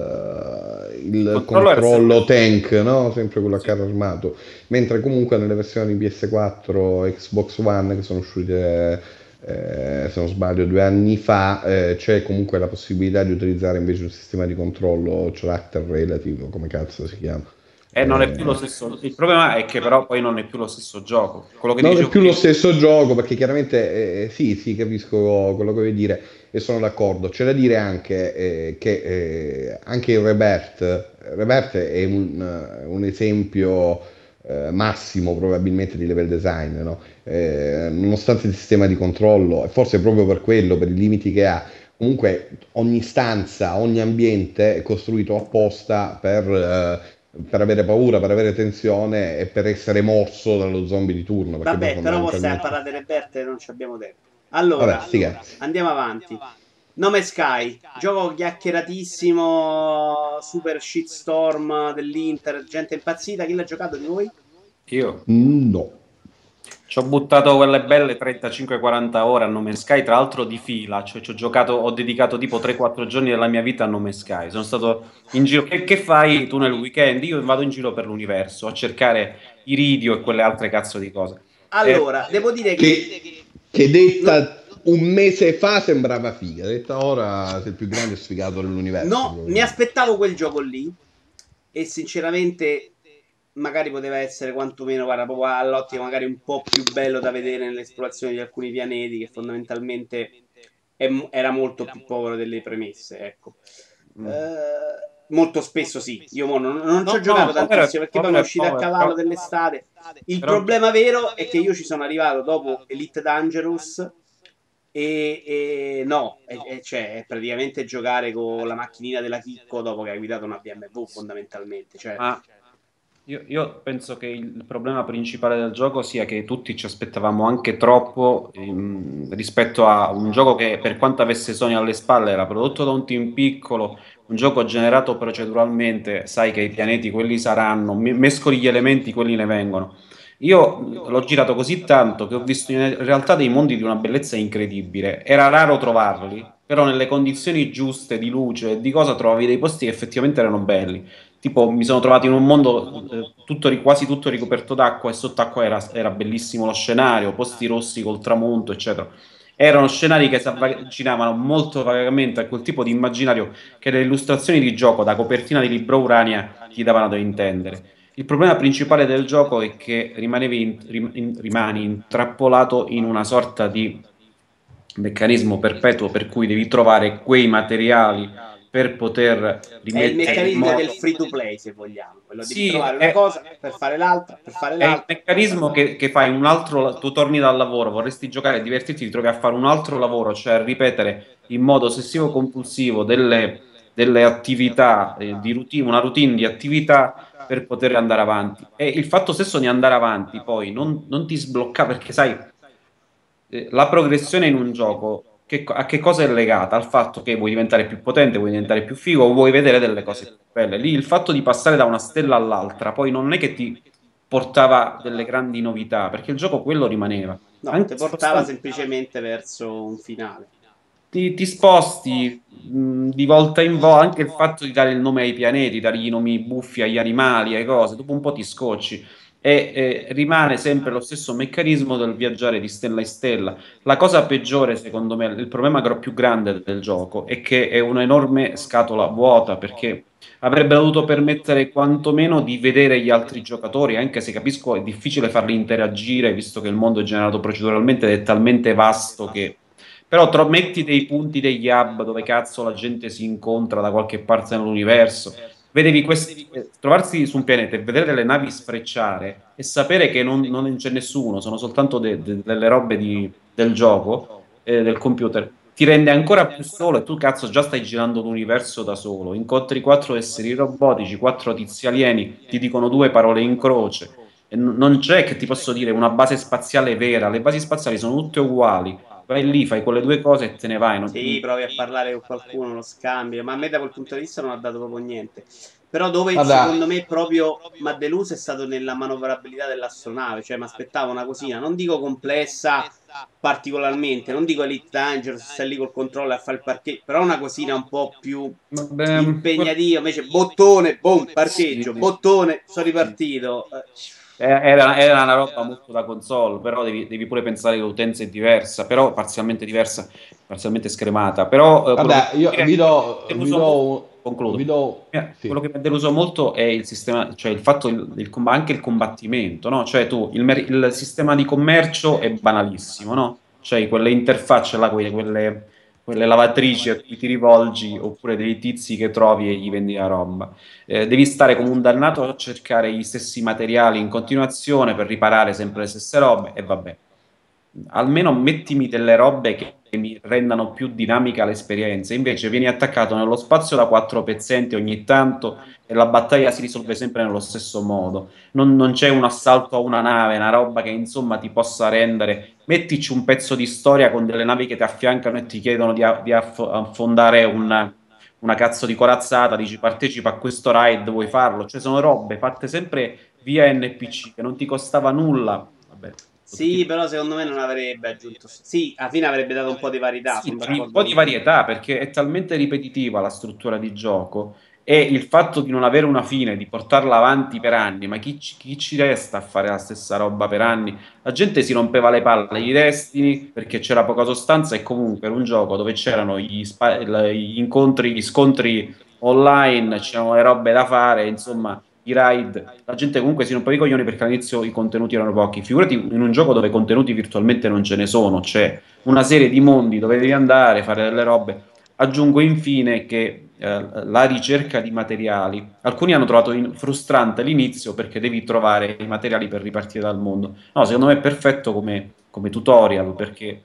Il il controllo era sempre controllo lì. tank, no? Sempre quello a Sì. carro armato, mentre comunque nelle versioni PS4 e Xbox One che sono uscite se non sbaglio 2 anni fa, c'è comunque la possibilità di utilizzare invece un sistema di controllo character relative, o come cazzo si chiama. E non è più lo stesso. Il problema è che però poi non è più lo stesso gioco. Quello che Non è dicevo più lo prima. stesso gioco perché chiaramente sì, sì, capisco quello che vuoi dire e sono d'accordo. C'è da dire anche che anche il Rebirth è un esempio massimo probabilmente di level design, no? Nonostante il sistema di controllo, e forse proprio per quello, per i limiti che ha, comunque ogni stanza, ogni ambiente è costruito apposta per avere paura, per avere tensione e per essere morso dallo zombie di turno, perché poi Vabbè, però possiamo fondamentalmente... parlare di Rebirth e non ci abbiamo tempo. Vabbè, Allora, sti cazzi. andiamo avanti. Nome Sky, gioco chiacchieratissimo, super shitstorm dell'Inter, gente impazzita. Chi l'ha giocato di voi? Io No. ci ho buttato quelle belle 35-40 ore a Nome Sky, tra l'altro di fila. Cioè, ci ho giocato, ho dedicato tipo 3-4 giorni della mia vita a Nome Sky. Sono stato in giro. Che fai tu nel weekend? Io vado in giro per l'universo a cercare i Iridio e quelle altre cazzo di cose. E Allora, devo dire che Che no, detta un mese fa sembrava figa, detta ora sei il più grande sfigato dell'universo, no, mi probabilmente. aspettavo quel gioco lì e sinceramente magari poteva essere quantomeno, guarda, proprio all'ottica magari un po' più bello da vedere nell'esplorazione di alcuni pianeti che fondamentalmente era molto più povero delle premesse, ecco. mm. Molto spesso sì, io non ci ho No, no, giocato tantissimo perché poi mi è povero è uscito a povero, cavallo dell'estate. Il però problema vero è che io ci sono arrivato dopo Elite Dangerous e no, cioè, è praticamente giocare con la macchinina della Chicco dopo che hai guidato una BMW fondamentalmente. Cioè, ma io penso che il problema principale del gioco sia che tutti ci aspettavamo anche troppo rispetto a un gioco che, per quanto avesse Sony alle spalle, era prodotto da un team piccolo, un gioco generato proceduralmente, sai che i pianeti quelli saranno, mescoli gli elementi, quelli ne vengono. Io l'ho girato così tanto che ho visto in realtà dei mondi di una bellezza incredibile. Era raro trovarli, però nelle condizioni giuste di luce e di cosa trovavi dei posti che effettivamente erano belli. Tipo, mi sono trovato in un mondo quasi tutto ricoperto d'acqua e sott'acqua era bellissimo lo scenario, posti rossi col tramonto, eccetera. Erano scenari che si avvicinavano molto vagamente a quel tipo di immaginario che le illustrazioni di gioco da copertina di libro Urania ti davano da intendere. Il problema principale del gioco è che rimani intrappolato in una sorta di meccanismo perpetuo per cui devi trovare quei materiali per poter è il rimettere in meccanismo del moto. free to play, se vogliamo. Quello devi Sì, trovare una cosa per fare l'altra, per fare è il l'altra. meccanismo che fai un altro, tu torni dal lavoro, vorresti giocare e divertirti, ti trovi a fare un altro lavoro, cioè a ripetere in modo ossessivo-compulsivo delle attività di routine, una routine di attività per poter andare avanti. E il fatto stesso di andare avanti poi non ti sblocca perché sai, la progressione in un gioco a che cosa è legata? Al fatto che vuoi diventare più potente, vuoi diventare più figo, o vuoi vedere delle cose più belle. Lì il fatto di passare da una stella all'altra poi non è che ti portava delle grandi novità, perché il gioco quello rimaneva. No, Anche ti portava spostando, semplicemente verso un finale. ti sposti di volta in volta, anche il fatto di dare il nome ai pianeti, dargli i nomi buffi agli animali, alle cose, dopo un po' ti scocci. E rimane sempre lo stesso meccanismo del viaggiare di stella in stella. La cosa peggiore, secondo me, il problema più grande del gioco è che è un'enorme scatola vuota perché avrebbe dovuto permettere quantomeno di vedere gli altri giocatori, anche se capisco è difficile farli interagire, visto che il mondo è generato proceduralmente ed è talmente vasto che... Però metti dei punti, degli hub dove cazzo la gente si incontra da qualche parte nell'universo. Vedevi trovarsi su un pianeta e vedere delle navi sfrecciare e sapere che non c'è nessuno, sono soltanto delle robe del gioco, del computer, ti rende ancora più solo e tu cazzo già stai girando l'universo da solo. Incontri 4 esseri robotici, 4 tizi alieni, ti dicono 2 parole in croce. E non c'è che ti posso dire una base spaziale vera, le basi spaziali sono tutte uguali. Vai lì, fai quelle 2 cose e te ne vai. Sì, provi a parlare con qualcuno, lo scambio, ma a me da quel punto di vista non ha dato proprio niente. Però dove Guarda, secondo me proprio mi ha deluso è stato nella manovrabilità dell'astronave, cioè mi aspettavo una cosina, non dico complessa particolarmente, non dico Elite Dangerous, stai lì col controllo a fare il parcheggio, però una cosina un po' più Vabbè, impegnativa, invece bottone, boom, sì, parcheggio, bottone, sono sì. ripartito. Era una roba molto da console, però devi pure pensare che l'utenza è diversa, però diversa, parzialmente scremata. Però Guarda, io vi quello che mi do, ha deluso molto, concludo. vi do, Quello sì. che mi ha deluso molto è il sistema, cioè il fatto, anche il combattimento, no? Cioè tu, il sistema di commercio è banalissimo, no? Cioè quelle interfacce là, quelle lavatrici a cui ti rivolgi, oppure dei tizi che trovi e gli vendi la roba. Devi stare come un dannato a cercare gli stessi materiali in continuazione per riparare sempre le stesse robe e vabbè. Almeno mettimi delle robe che mi rendano più dinamica l'esperienza. Invece vieni attaccato nello spazio da quattro pezzenti ogni tanto e la battaglia si risolve sempre nello stesso modo. Non c'è un assalto a una nave, una roba che insomma ti possa rendere. Mettici un pezzo di storia con delle navi che ti affiancano e ti chiedono di affondare una cazzo di corazzata, dici partecipa a questo raid, vuoi farlo? Cioè sono robe fatte sempre via NPC che non ti costava nulla. Vabbè, Sì, però secondo me non avrebbe aggiunto. Sì, alla fine avrebbe dato un po' di varietà, sì, sono davi un d'accordo po' di con te. varietà perché è talmente ripetitiva la struttura di gioco e il fatto di non avere una fine, di portarla avanti per anni, ma chi ci resta a fare la stessa roba per anni? La gente si rompeva le palle, i Destiny perché c'era poca sostanza e comunque era un gioco dove c'erano gli incontri, gli scontri online, c'erano le robe da fare, insomma, i raid. La gente comunque si rompeva i coglioni perché all'inizio i contenuti erano pochi. Figurati in un gioco dove contenuti virtualmente non ce ne sono, c'è una serie di mondi dove devi andare, fare delle robe. Aggiungo infine che la ricerca di materiali, alcuni hanno trovato frustrante all'inizio perché devi trovare i materiali per ripartire dal mondo. No, secondo me è perfetto come tutorial perché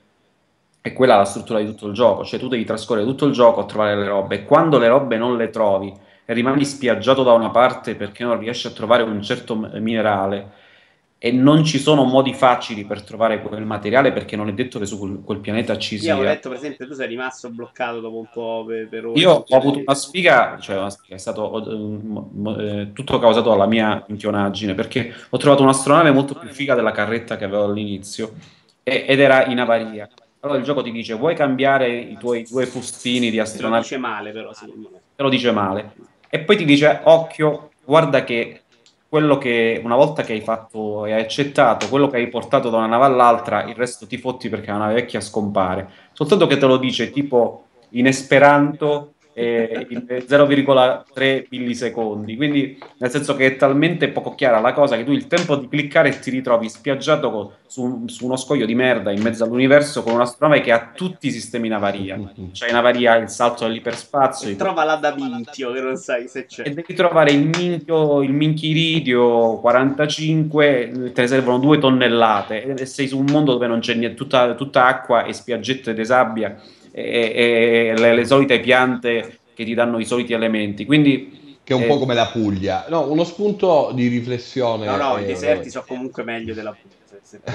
è quella la struttura di tutto il gioco, cioè tu devi trascorrere tutto il gioco a trovare le robe e quando le robe non le trovi e rimani spiaggiato da una parte perché non riesci a trovare un certo minerale e non ci sono modi facili per trovare quel materiale perché non è detto che su quel pianeta ci Io avevo sia. letto, per esempio, tu sei rimasto bloccato dopo un po' per ore Io sul ho avuto una pianeta. sfiga, cioè una sfiga, è stato tutto causato dalla mia minchionaggine, perché ho trovato un'astronave molto più figa della carretta che avevo all'inizio ed era in avaria. Allora il gioco ti dice, vuoi cambiare i tuoi due fustini di Te lo astronave? dice male, però, secondo me. Te lo dice male. E poi ti dice, occhio, guarda che quello che una volta che hai fatto e hai accettato, quello che hai portato da una nave all'altra, il resto ti fotti perché la nave vecchia scompare. Soltanto che te lo dice tipo in esperanto in 0,3 millisecondi. Quindi, nel senso che è talmente poco chiara la cosa che tu il tempo di cliccare e ti ritrovi spiaggiato su uno scoglio di merda in mezzo all'universo con un'astronave che ha tutti i sistemi in avaria. C'è in avaria il salto all'iperspazio, E trova l'adamintio che non sai se c'è. e devi trovare il minchiridio 45, te ne servono 2 tonnellate e sei su un mondo dove non c'è niente, tutta acqua e spiaggette di sabbia e le solite piante che ti danno i soliti elementi. Quindi, Che è un po' come la Puglia. No, uno spunto di No, riflessione, no, i deserti sono comunque meglio della Puglia.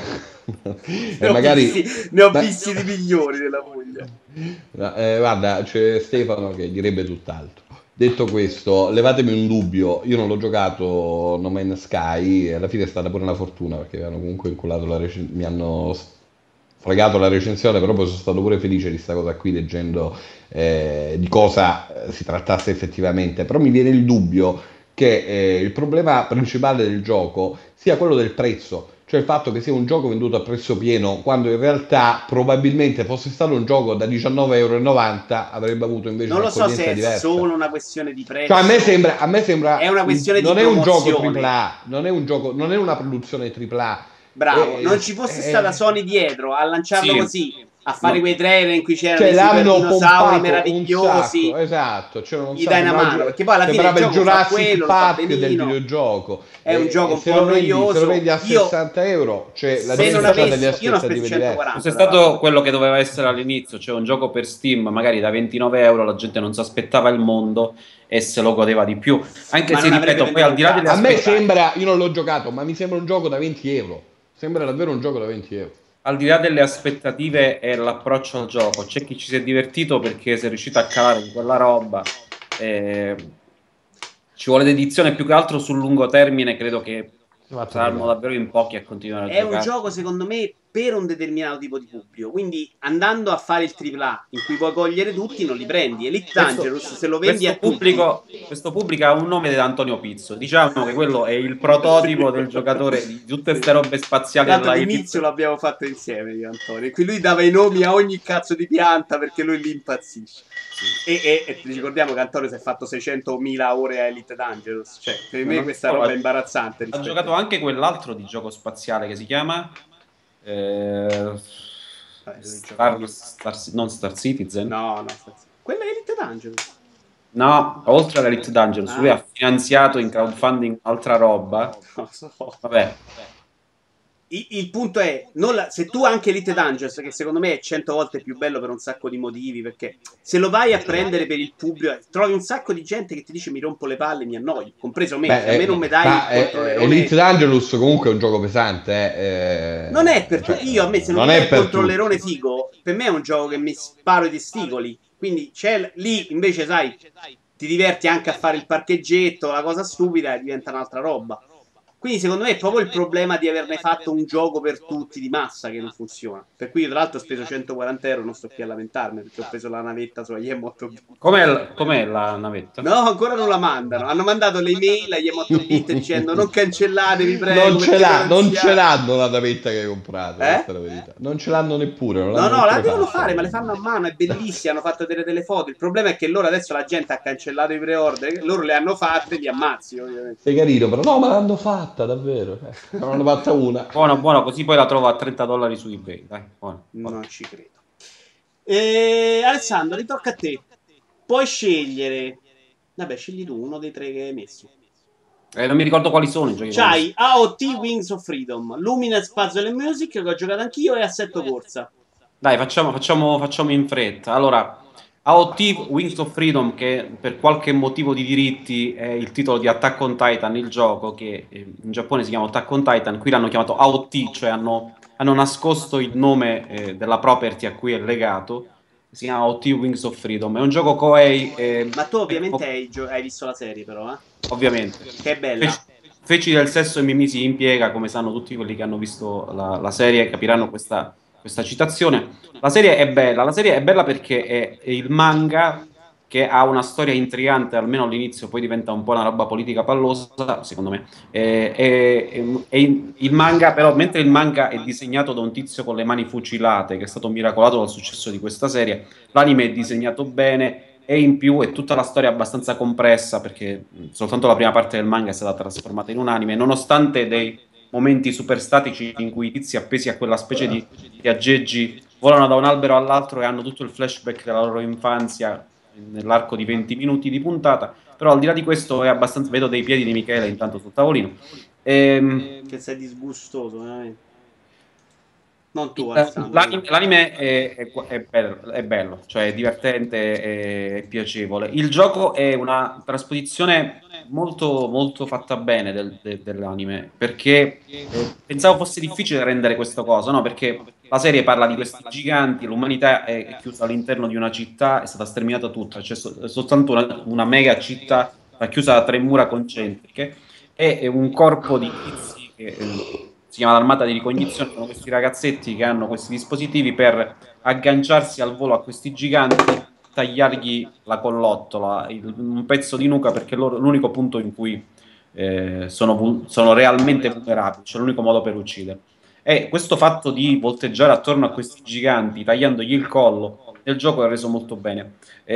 e magari... Ne ho ma- visti di migliori della Puglia. No, guarda, c'è Stefano che direbbe tutt'altro. Detto questo, levatemi un dubbio, io non l'ho giocato No Man's Sky, e alla fine è stata pure una fortuna perché mi hanno comunque inculato mi hanno fregato la recensione, però poi sono stato pure felice di questa cosa qui leggendo di cosa si trattasse effettivamente. Però mi viene il dubbio che il problema principale del gioco sia quello del prezzo, cioè il fatto che sia un gioco venduto a prezzo pieno, quando in realtà probabilmente fosse stato un gioco da 19,90 € avrebbe avuto invece Non lo so se un'accoglienza è diversa. solo una questione di Cioè prezzo, a me è sembra, una questione di non è un gioco promozione. AAA, non è un gioco, non è una produzione AAA. Bravo, non ci fosse stata Sony dietro a lanciarlo sì, così, a fare no, quei trailer in cui c'erano Cioè i super l'hanno dinosauri pompato un sacco, meravigliosi, esatto, c'era un gli dai sacco, una mano, perché poi alla fine il sembrava il gioco fa Jurassic quello, lo fa Park del benino, videogioco. è un gioco E un po' se lo noioso. vendi a Io, 60 €, cioè la se fosse non gente ha stato, delle avessi, io ne ho speso aspettative diverse. fosse 140 tra l'altro. stato quello che doveva essere all'inizio, cioè un gioco per Steam, magari da 29 €, la gente non si aspettava il mondo e se lo godeva di più. Anche Ma se, non avrebbe ripeto, poi venduto al un di là delle A cazzo, me però aspettative, dai. sembra, io non l'ho giocato, ma mi sembra un gioco da 20 €. Sembra davvero un gioco da 20 €. al di là delle aspettative e l'approccio al gioco, c'è chi ci si è divertito perché si è riuscito a calare in quella roba. eh, Ci vuole dedizione più che altro sul lungo termine, credo che Si è fatto saranno fregare. davvero in pochi a continuare a È un giocare. gioco, secondo me, per un determinato tipo di pubblico. Quindi andando a fare il AAA in cui puoi cogliere tutti, non li prendi. Elite Dangerous, se lo vendi a tutti. Questo pubblico ha un nome di Antonio Pizzo. Diciamo che quello è il prototipo del giocatore di tutte queste robe spaziali. Tanto all'inizio l'abbiamo fatto insieme io, Antonio. Qui lui dava i nomi a ogni cazzo di pianta perché lui lì impazzisce. E ti ricordiamo che Antonio si è fatto 600.000 ore a Elite Dangerous. Cioè, per me questa roba è imbarazzante. Ha giocato anche quell'altro di gioco spaziale che si chiama non Star Citizen. No, quello è Elite Dangerous. No, oltre all'Elite Dangerous, lui ha finanziato in crowdfunding altra roba. Non so. Vabbè. Il punto è, se tu anche Elite Dangerous, che secondo me è 100 volte più bello per un sacco di motivi, perché se lo vai a prendere per il pubblico, trovi un sacco di gente che ti dice mi rompo le palle, mi annoio, compreso me, a me non mi dai il controllerone. Elite Dangerous comunque è un gioco pesante. Non è per tutti, io a me se non mi dai il controllerone figo, per me è un gioco che mi sparo i testicoli, quindi c'è lì invece sai, ti diverti anche a fare il parcheggetto, la cosa stupida e diventa un'altra roba. Quindi secondo me è proprio il problema di averne fatto un gioco per tutti di massa che non funziona. Per cui io tra l'altro ho speso 140 euro, non sto qui a lamentarmi perché ho preso la navetta su IM8bit. Com'è la navetta? No, ancora non la mandano. Hanno mandato le email a IM8bit dicendo non cancellatevi, prego. Non ce l'hanno la navetta che hai comprato, questa è la verità. Non ce l'hanno neppure. No, la devono fare, ma le fanno a mano, è bellissima, hanno fatto vedere delle foto. Il problema è che loro adesso la gente ha cancellato i pre-order, loro le hanno fatte, li ammazzi ovviamente. Sei carino, però no, ma l'hanno fatta. Davvero, non hanno fatta una. Buono, così poi la trovo a $30 su eBay. Dai, buono. Non ci credo. Alessandro, ritocca a te. Puoi scegliere. Vabbè, scegli tu uno dei tre che hai messo. Non mi ricordo quali sono i giochi. C'hai AOT Wings of Freedom, Luminous Puzzle and Music, che ho giocato anch'io, e Assetto Corsa. Dai, facciamo in fretta. Allora, AOT Wings of Freedom, che per qualche motivo di diritti è il titolo di Attack on Titan, il gioco che in Giappone si chiama Attack on Titan, qui l'hanno chiamato AOT, cioè hanno nascosto il nome della property a cui è legato, si chiama AOT Wings of Freedom, è un gioco Koei. Ma tu ovviamente hai visto la serie però, Ovviamente. Che è bella. Feci del sesso e mi misi in piega, come sanno tutti quelli che hanno visto la serie, capiranno questa citazione. La serie è bella perché è il manga che ha una storia intrigante, almeno all'inizio, poi diventa un po' una roba politica pallosa, secondo me. Il manga, però, mentre il manga è disegnato da un tizio con le mani fucilate, che è stato miracolato dal successo di questa serie, l'anime è disegnato bene e in più è tutta la storia abbastanza compressa, perché soltanto la prima parte del manga è stata trasformata in un anime, nonostante dei momenti super statici in cui i tizi appesi a quella specie di aggeggi volano da un albero all'altro e hanno tutto il flashback della loro infanzia nell'arco di 20 minuti di puntata. Però al di là di questo è abbastanza, vedo dei piedi di Michele intanto sul tavolino, che sei disgustoso veramente. Non tu, l'anime è bello, cioè è divertente e piacevole. Il gioco è una trasposizione molto, molto fatta bene dell'anime, perché pensavo fosse difficile rendere questa cosa, no? Perché la serie parla di questi giganti, l'umanità è chiusa all'interno di una città, è stata sterminata tutta, c'è soltanto una mega città racchiusa da 3 mura concentriche e un corpo di tizi che si chiama l'armata di ricognizione, sono questi ragazzetti che hanno questi dispositivi per agganciarsi al volo a questi giganti, tagliargli la collottola, un pezzo di nuca, perché l'unico punto in cui sono realmente vulnerabili, cioè l'unico modo per uccidere. E questo fatto di volteggiare attorno a questi giganti, tagliandogli il collo, nel gioco è reso molto bene.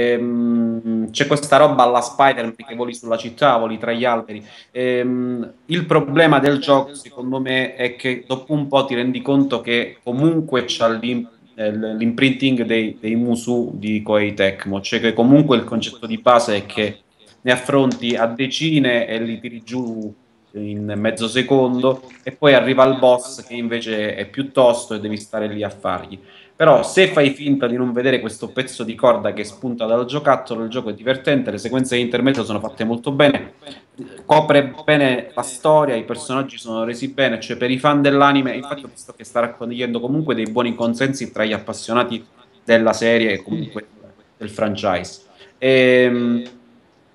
C'è questa roba alla Spider-Man che voli sulla città, voli tra gli alberi. Il problema del gioco, secondo me, è che dopo un po' ti rendi conto che comunque c'ha l'imprinting dei Musu di Koei Tecmo, cioè che comunque il concetto di base è che ne affronti a decine e li tiri giù in mezzo secondo e poi arriva il boss che invece è più tosto e devi stare lì a fargli. Però se fai finta di non vedere questo pezzo di corda che spunta dal giocattolo, il gioco è divertente, le sequenze di intermezzo sono fatte molto bene, copre bene la storia, i personaggi sono resi bene, cioè per i fan dell'anime, infatti ho visto che sta raccogliendo comunque dei buoni consensi tra gli appassionati della serie e comunque del franchise.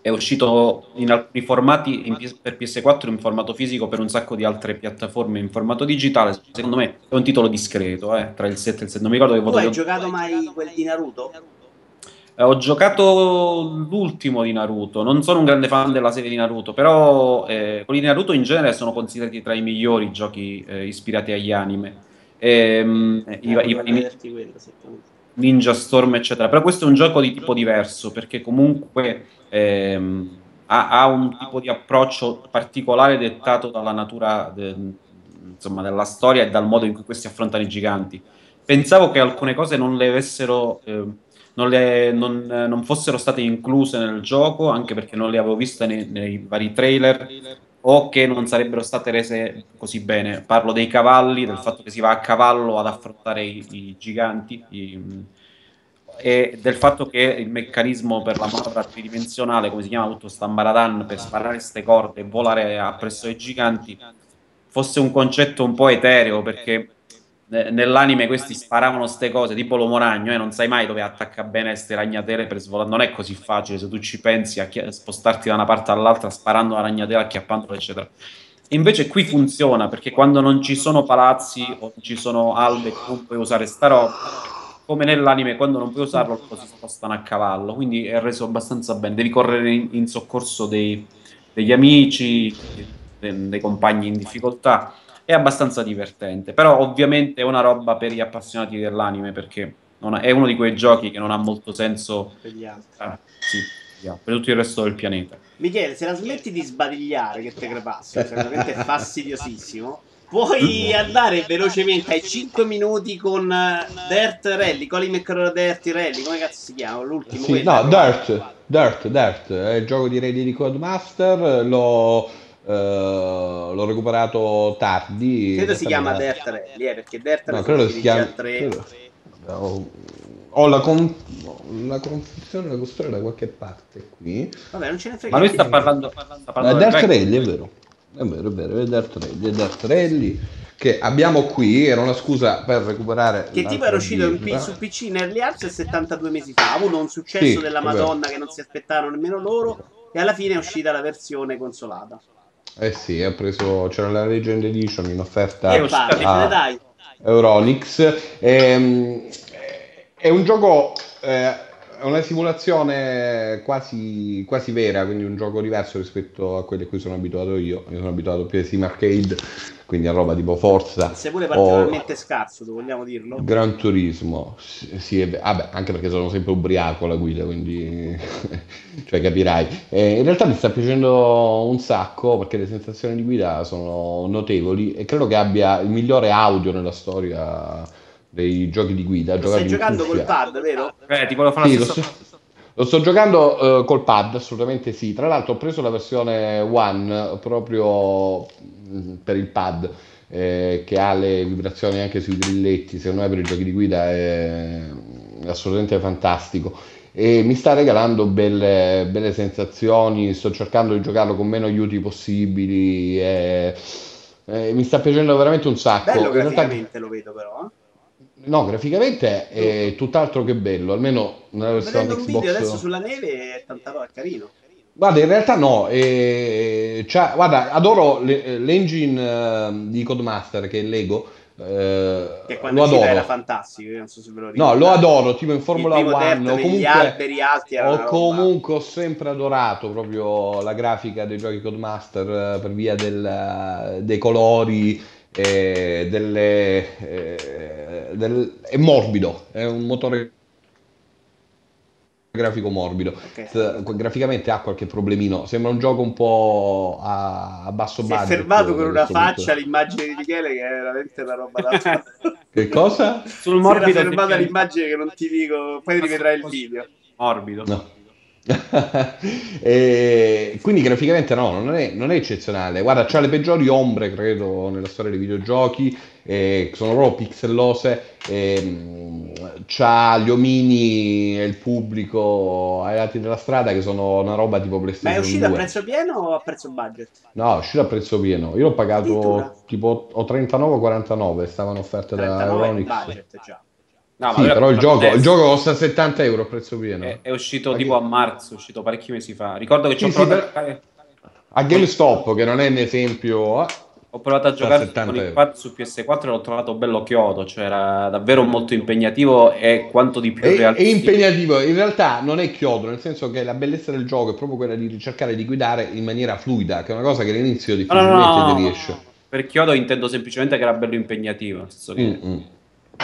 è uscito in alcuni formati per PS4 in formato fisico, per un sacco di altre piattaforme in formato digitale. Secondo me è un titolo discreto, tra il 7 e il 6. Non mi ricordo che Tu voto gli hai ho dato. giocato mai quel di Naruto? Ho giocato l'ultimo di Naruto, non sono un grande fan della serie di Naruto, però quelli di Naruto in genere sono considerati tra i migliori giochi ispirati agli anime. I Potrei vari vederti quello, esattamente. Ninja Storm, eccetera. Però questo è un gioco di tipo diverso, perché comunque ha un tipo di approccio particolare dettato dalla natura insomma, della storia e dal modo in cui questi affrontano i giganti. Pensavo che alcune cose non le avessero, non fossero state incluse nel gioco, anche perché non le avevo viste nei vari trailer, o che non sarebbero state rese così bene. Parlo dei cavalli, del fatto che si va a cavallo ad affrontare i giganti, e del fatto che il meccanismo per la manovra tridimensionale, come si chiama tutto Stambaradan, per sparare queste corde e volare appresso ai giganti, fosse un concetto un po' etereo, perché nell'anime questi sparavano ste cose, tipo l'uomo ragno, non sai mai dove attacca bene queste ragnatele per svolare. Non è così facile se tu ci pensi a spostarti da una parte all'altra sparando la ragnatela, acchiappandola, eccetera. Invece qui funziona perché quando non ci sono palazzi o non ci sono albe, non puoi usare sta roba. Come nell'anime, quando non puoi usarlo, loro si spostano a cavallo. Quindi è reso abbastanza bene. Devi correre in soccorso degli amici, dei compagni in difficoltà. È abbastanza divertente. Però, ovviamente, è una roba per gli appassionati dell'anime perché è uno di quei giochi che non ha molto senso, Per gli altri. sì, per tutto il resto del pianeta. Michele, se la smetti di sbadigliare che te crepassi, cioè veramente è fastidiosissimo, puoi andare velocemente ai 5 minuti con Dirt Rally, Colin McRae Dirt Rally, come cazzo si chiama? L'ultimo, Sì, quello, hai no, provato? Dirt, è il gioco di Rally di Codemaster, l'ho recuperato tardi, in Credo si realtà chiama Dirt Rally, perché Dirt no, Rally credo si finisce a chiami, 3. ho la confusione, la custodia da qualche parte qui. Vabbè, non ce ne frega Ma lui sta niente. parlando del Dirt vecchio. Rally, è vero, è Dirt Rally che abbiamo qui, era una scusa per recuperare Che tipo era l'altra uscito birra. su PC in Early Access 72 mesi fa, ha avuto un successo Sì, della è vero. Madonna che non si aspettavano nemmeno loro, e alla fine è uscita la versione consolata. Eh sì, c'era la Legend Edition in Sì, è Che offerta uscita palle, ce ne a dai? Euronix. È un gioco, è una simulazione quasi vera, quindi un gioco diverso rispetto a quelli a cui sono abituato io. Io sono abituato più ai sim arcade, quindi a roba tipo Forza Sei pure o particolarmente scarso, tu vogliamo dirlo? Gran Turismo. Sì, sì, vabbè, anche perché sono sempre ubriaco alla guida, quindi cioè capirai. In realtà mi sta piacendo un sacco perché le sensazioni di guida sono notevoli e credo che abbia il migliore audio nella storia dei giochi di guida, Lo stai giocato in giocando col cuffia. pad, vero? Ti volevo fare la Sì, stessa. lo sto giocando col pad, assolutamente sì. Tra l'altro ho preso la versione One proprio per il pad, che ha le vibrazioni anche sui grilletti. Secondo me per i giochi di guida è assolutamente fantastico. E mi sta regalando belle sensazioni. Sto cercando di giocarlo con meno aiuti possibili. Mi sta piacendo veramente un Bello sacco. In realtà. graficamente, lo vedo però. No, graficamente è tutt'altro che bello, almeno nella Sto versione vedendo un video Xbox. adesso sulla neve, è tanta roba, è carino. Guarda, in realtà no, guarda, adoro l'engine di Codemaster che è Lego, Che quando è lo uscita era adoro. fantastico, io non so se ve lo No, lo ricordate. adoro, tipo in Il Formula primo Dirt One negli alberi alti era una roba. ho sempre adorato proprio la grafica dei giochi Codemaster per via dei colori, è morbido, è un motore grafico morbido. Ok. Graficamente ha qualche problemino, sembra un gioco un po' a basso Si è budget fermato con da una questo punto. faccia all'immagine di Michele che è veramente una roba da... Che cosa? Sul Si era morbido fermata effettivamente l'immagine che non ti dico, poi rivedrai il video. morbido. No. E quindi graficamente no, non è eccezionale. Guarda, c'ha le peggiori ombre, credo, nella storia dei videogiochi, sono proprio pixellose. C'ha gli omini e il pubblico ai lati della strada che sono una roba tipo Ma è PlayStation uscito a 2. prezzo pieno o a prezzo budget? No, è uscito a prezzo pieno. Io l'ho Addirittura. pagato tipo o 39 o 49, stavano offerte da 39 è Euronics. budget già. No, Sì, ma però il gioco, adesso il gioco costa 70 euro a prezzo pieno. è uscito A, tipo a marzo, è uscito parecchi mesi fa. Ricordo che ci ho sì, sì, provato a giocare a con GameStop, che non è un esempio, ho provato a sta a giocarci con 70 il euro. pad su PS4 e l'ho trovato bello chiodo, cioè era davvero molto impegnativo e quanto di più È realistico. impegnativo, in realtà non è chiodo, nel senso che la bellezza del gioco è proprio quella di cercare di guidare in maniera fluida, che è una cosa che all'inizio No, no, no, difficilmente ti no, no. riesce. Per chiodo intendo semplicemente che era bello impegnativo, nel senso Mm, che mm.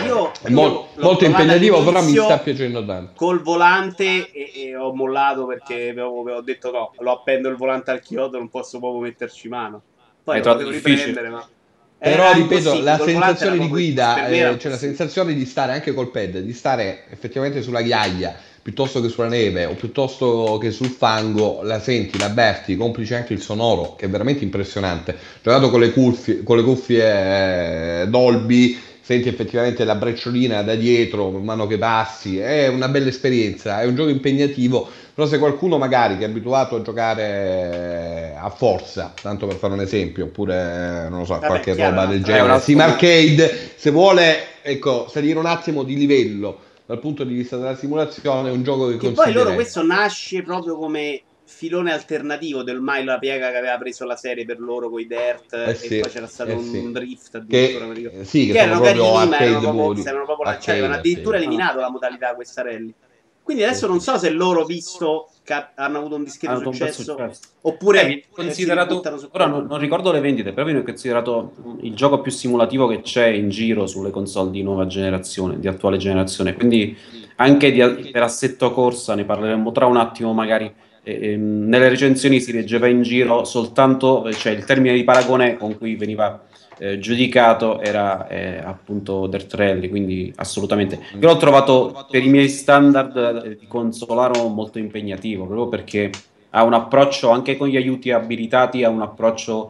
È Io l'ho molto provata impegnativo, però mi sta all'inizio piacendo tanto. col volante e ho mollato perché avevo detto no, lo appendo il volante al chiodo, non posso proprio metterci mano. Poi hai lo trovato potevo difficile. riprendere, ma Però, era ripeto, impossibile. la Col volante era sensazione di proprio impossibile. guida, Per me era cioè la impossibile. sensazione di stare anche col pad, di stare effettivamente sulla ghiaia, piuttosto che sulla neve o piuttosto che sul fango, la senti, la avverti, complice anche il sonoro, che è veramente impressionante. Giocato con le cuffie Dolby, senti effettivamente la brecciolina da dietro man mano che passi, è una bella esperienza, è un gioco impegnativo, però se qualcuno magari che è abituato a giocare a Forza, tanto per fare un esempio, oppure non lo so, Vabbè, qualche chiaro, è roba del un'altra È un genere, cosa. Sim altro mondo. Arcade, se vuole, ecco, salire un attimo di livello dal punto di vista della simulazione, è un gioco che Che poi loro consiglierei. questo nasce proprio come filone alternativo del ormai la piega che aveva preso la serie per loro con i Dirt Eh e sì, poi c'era stato eh un sì. Drift addirittura, Che mi ricordo. sì, che Che sono erano proprio carini, ma arcade si puri. erano proprio lanciati, avevano Arcade, addirittura sì. No, no. eliminato la modalità questa rally. Quindi adesso Sì, non sì. so se loro, visto che hanno avuto un Ha discreto avuto un bel successo, successo. oppure Viene si considerato, ributtano su ora quello. non ricordo le vendite, però viene considerato il gioco più simulativo che c'è in giro sulle console di nuova generazione, di attuale generazione. Quindi anche per assetto corsa, ne parleremo tra un attimo magari. Nelle recensioni si leggeva in giro soltanto, cioè il termine di paragone con cui veniva giudicato era appunto Dirt Rally, quindi assolutamente. Io l'ho trovato per i miei standard di consolaro molto impegnativo, proprio perché ha un approccio anche con gli aiuti abilitati, ha un approccio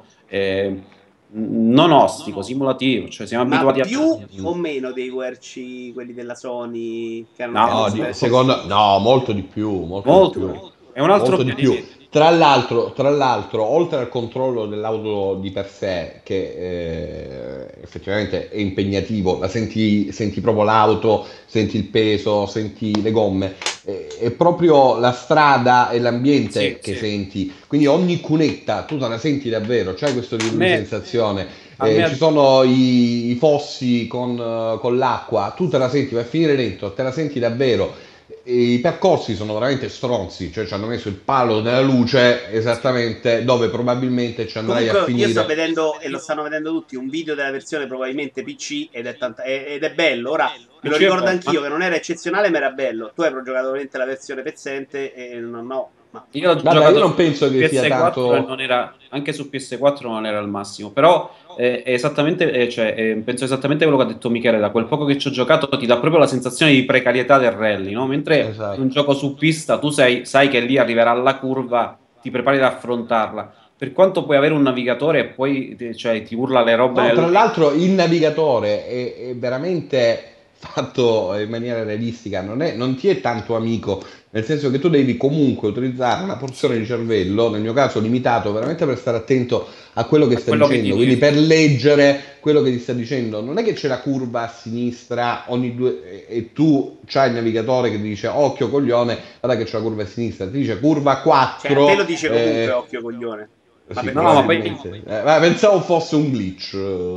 non ostico, simulativo, cioè siamo Ma abituati a... più o meno dei VRC, quelli della Sony, che hanno No, No, espresso? secondo, no, molto di più, molto di più, molto, è un altro molto di più. pianeta. Tra l'altro, oltre al controllo dell'auto di per sé, che effettivamente è impegnativo, senti proprio l'auto, senti il peso, senti le gomme, è proprio la strada e Sì, l'ambiente che sì. senti, quindi ogni cunetta tu te la senti davvero, c'è questo A tipo di me, sensazione. a me Ci sono i fossi con l'acqua, tu te la senti, vai a finire dentro, te la senti davvero. E i percorsi sono veramente stronzi, cioè ci hanno messo il palo della luce sì. esattamente dove probabilmente ci andrai a Comunque, io sto finire. vedendo, e lo stanno vedendo tutti, un video della versione probabilmente PC ed è bello. Ora, me lo PC è ricordo bello, anch'io che non era eccezionale, ma era bello. Tu hai giocato ovviamente la versione pezzente e non ho. Ma io l'ho Guarda, io giocato non su penso che sia PS4 e tanto. non era, anche su PS4 non era al massimo, però è esattamente, cioè, penso esattamente quello che ha detto Michele, da quel poco che ci ho giocato ti dà proprio la sensazione di precarietà del rally, no? Mentre in un Esatto. gioco su pista tu sai che lì arriverà la curva, ti prepari ad affrontarla. Per quanto puoi avere un navigatore e poi cioè, ti urla le robe No, tra nell'orecchio. l'altro il navigatore è veramente fatto in maniera realistica, non ti è tanto amico, nel senso che tu devi comunque utilizzare una porzione Sì, di cervello, nel mio caso limitato, veramente per stare attento a quello che a sta quello che ti dicendo, quindi dice. per leggere quello che ti sta dicendo. Non è che c'è la curva a sinistra ogni due e tu c'hai il navigatore che ti dice occhio coglione, guarda che c'è la curva a sinistra, ti dice curva cioè, a te lo 4, dice comunque occhio coglione. Ma sì, per No, ma questa. poi probabilmente. Ma pensavo fosse un glitch.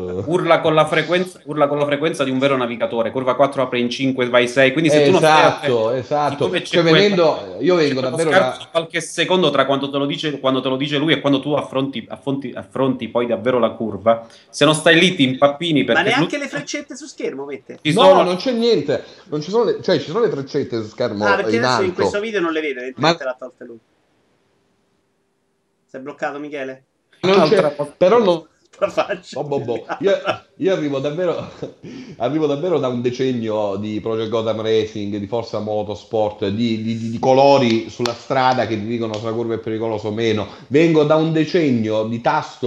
urla con la frequenza di un vero navigatore. Curva 4 apre in 5, vai 6. Quindi se tu non stai attento, Esatto, esatto. siccome Cioè, venendo, io c'è vengo quello davvero scarto da. di qualche secondo tra quando te lo dice lui e quando tu affronti poi davvero la curva, se non stai lì ti impappini Ma perché neanche le freccette su schermo mette. ci No, sono... non c'è niente. Non ci sono cioè, ci sono le freccette su Ah, schermo perché in adesso in questo alto, video non le vedo, ma evidentemente l'ha tolte lui. Si è bloccato Michele? non Un'altra c'è. Però cosa. non. La faccia. Boh, boh, boh. Io arrivo davvero da un decennio di Project Gotham Racing, di Forza Motorsport, di colori sulla strada che ti dicono se la curva è pericolosa o meno. Vengo da un decennio di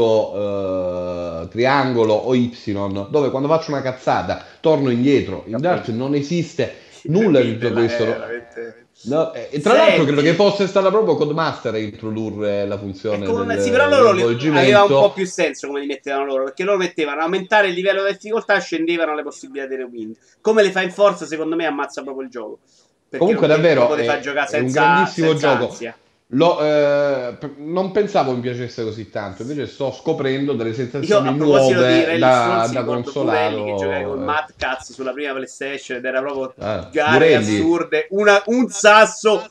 tasto triangolo o Y, dove quando faccio una cazzata torno indietro. In Dart non esiste. nulla di tutto questo. Veramente... No, e tra l'altro credo che fosse stata proprio Codemaster a introdurre la funzione sì, però loro aveva un po' più più senso come li mettevano loro, perché loro mettevano aumentare il livello di difficoltà, scendevano le possibilità di rewind. Come le fa in forza, secondo me ammazza proprio il gioco. Perché Comunque non davvero ti fa giocare è un senza, grandissimo gioco. ansia. Non pensavo mi piacesse così tanto, invece sto scoprendo delle Io sensazioni a proposito di nuove Rally Stronzi da ricordo Burelli che giocava con consolato. Mad Cats sulla prima PlayStation ed era proprio gare Burelli. assurde, un sasso.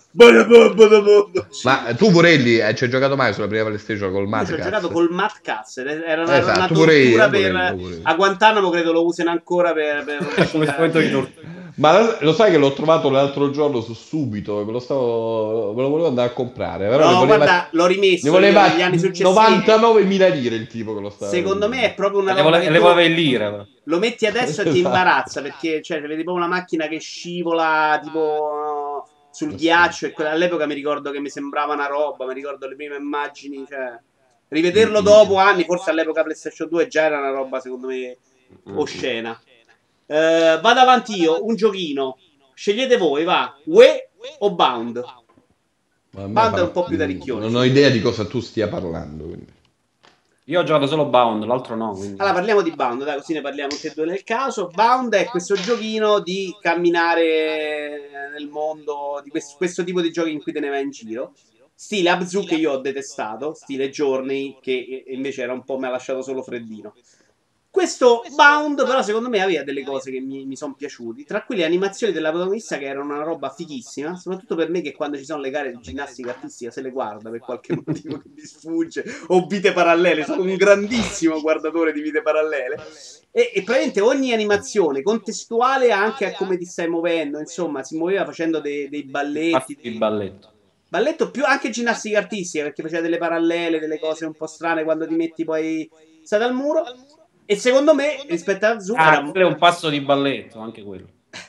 Ma tu Burelli ci hai giocato mai sulla prima PlayStation col Mad Io ci ho Cats? giocato col Mad Cats, era una Esatto, tortura pure per... io. A Guantanamo credo lo usano ancora per come strumento di tortura. Ma lo sai che l'ho trovato l'altro giorno su Subito, me lo volevo andare a comprare, però No, guarda, l'ho rimesso ne voleva negli anni successivi. 99.000 lire il tipo che lo stava Secondo me è proprio una Le roba che voleva in lira. lo metti adesso e ti imbarazza, perché cioè, vedi proprio una macchina che scivola tipo sul ghiaccio, e all'epoca mi ricordo che mi sembrava una roba, mi ricordo le prime immagini, cioè rivederlo dopo anni, forse all'epoca PlayStation 2 già era una roba secondo me oscena. Vado avanti io, un giochino. Scegliete voi, va. UE o Bound? Bound è un po' più da ricchione. Non ho idea di cosa tu stia parlando. Quindi. Io ho giocato solo Bound, l'altro no. Quindi... Allora parliamo di Bound, dai, così ne parliamo tutti e due nel caso. Bound è questo giochino di camminare nel mondo, di questo tipo di giochi in cui te ne vai in giro. Stile Abzu che io ho detestato, stile Journey che invece era un po' mi ha lasciato solo freddino. Questo Bound, però, secondo me aveva delle cose che mi sono piaciuti. Tra cui le animazioni della protagonista, che erano una roba fighissima. Soprattutto per me, che quando ci sono le gare di ginnastica artistica se le guarda per qualche motivo che mi sfugge. O vite parallele. Sono un grandissimo guardatore di vite parallele. E praticamente ogni animazione contestuale anche a come ti stai muovendo. Insomma, si muoveva facendo dei balletti. Il balletto. Balletto più anche ginnastica artistica, perché faceva delle parallele, delle cose un po' strane quando ti metti poi stai dal muro. E secondo me, rispetto a Zoom, quello è un passo di balletto, anche quello.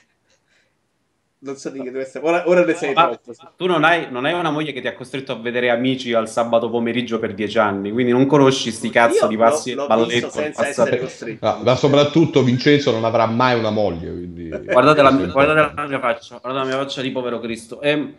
Non so di che deve essere. Ora ne sei troppo. Tu non hai una moglie che ti ha costretto a vedere Amici al sabato pomeriggio per 10 anni, quindi non conosci sti cazzo di passi l'ho balletto visto senza essere costretto. No, ma soprattutto Vincenzo non avrà mai una moglie. Quindi... guardate la mia faccia, guardate la mia faccia di povero Cristo.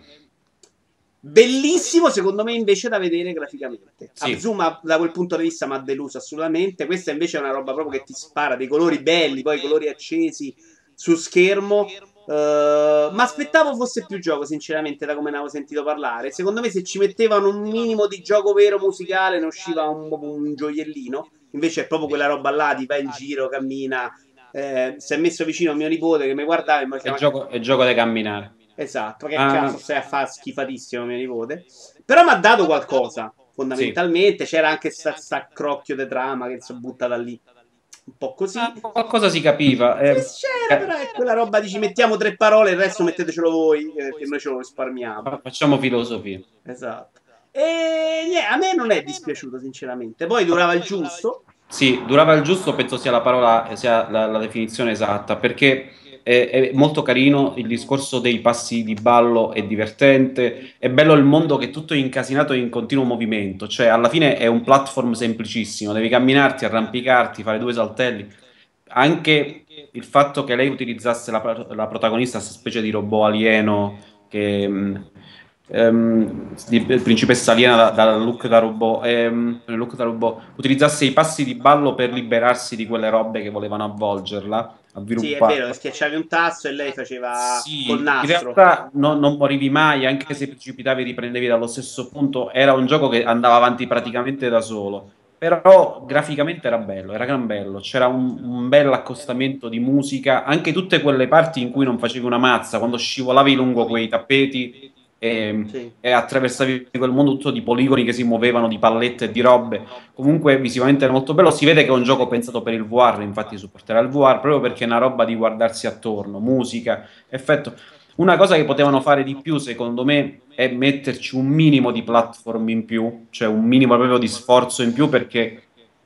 Bellissimo, secondo me, invece, da vedere graficamente. Sì. Azuma, da quel punto di vista, mi ha deluso assolutamente. Questa invece è una roba proprio che ti spara dei colori belli, poi colori accesi su schermo. Ma aspettavo fosse più gioco, sinceramente, da come ne avevo sentito parlare. Secondo me, se ci mettevano un minimo di gioco vero musicale, ne usciva un gioiellino. Invece è proprio quella roba là di vai in giro, cammina. Si è messo vicino a mio nipote che mi guardava e mi chiamava... È gioco da camminare. Esatto, che cazzo stai a fare schifatissimo mio nipote. Però mi ha dato qualcosa, fondamentalmente. C'era anche sta crocchio di trama che si è buttata lì. Un po' così. Qualcosa si capiva. C'era, però è quella roba di ci mettiamo 3 parole, il resto mettetecelo voi, che noi ce lo risparmiamo. Facciamo filosofia. Esatto. E a me non è dispiaciuto, sinceramente. Poi durava il giusto. Sì, durava il giusto, penso sia la parola, sia la definizione esatta, perché è molto carino il discorso dei passi di ballo, è divertente, è bello il mondo che è tutto incasinato in continuo movimento, cioè alla fine è un platform semplicissimo, devi camminarti, arrampicarti, fare 2 saltelli. Anche il fatto che lei utilizzasse la protagonista, questa specie di robot alieno che... di principessa aliena dal look da robot, utilizzasse i passi di ballo per liberarsi di quelle robe che volevano avvolgerla. Sì, è vero, schiacciavi un tasto e lei faceva col nastro. In realtà non morivi mai, anche se precipitavi e riprendevi dallo stesso punto. Era un gioco che andava avanti praticamente da solo. Però graficamente era bello, era gran bello. C'era un bel accostamento di musica, anche tutte quelle parti in cui non facevi una mazza, quando scivolavi lungo quei tappeti e attraversavi quel mondo tutto di poligoni che si muovevano, di pallette e di robe. Comunque visivamente era molto bello. Si vede che è un gioco pensato per il VR, infatti supporterà il VR proprio perché è una roba di guardarsi attorno, musica, effetto. Una cosa che potevano fare di più, secondo me, è metterci un minimo di platform in più, cioè un minimo proprio di sforzo in più, perché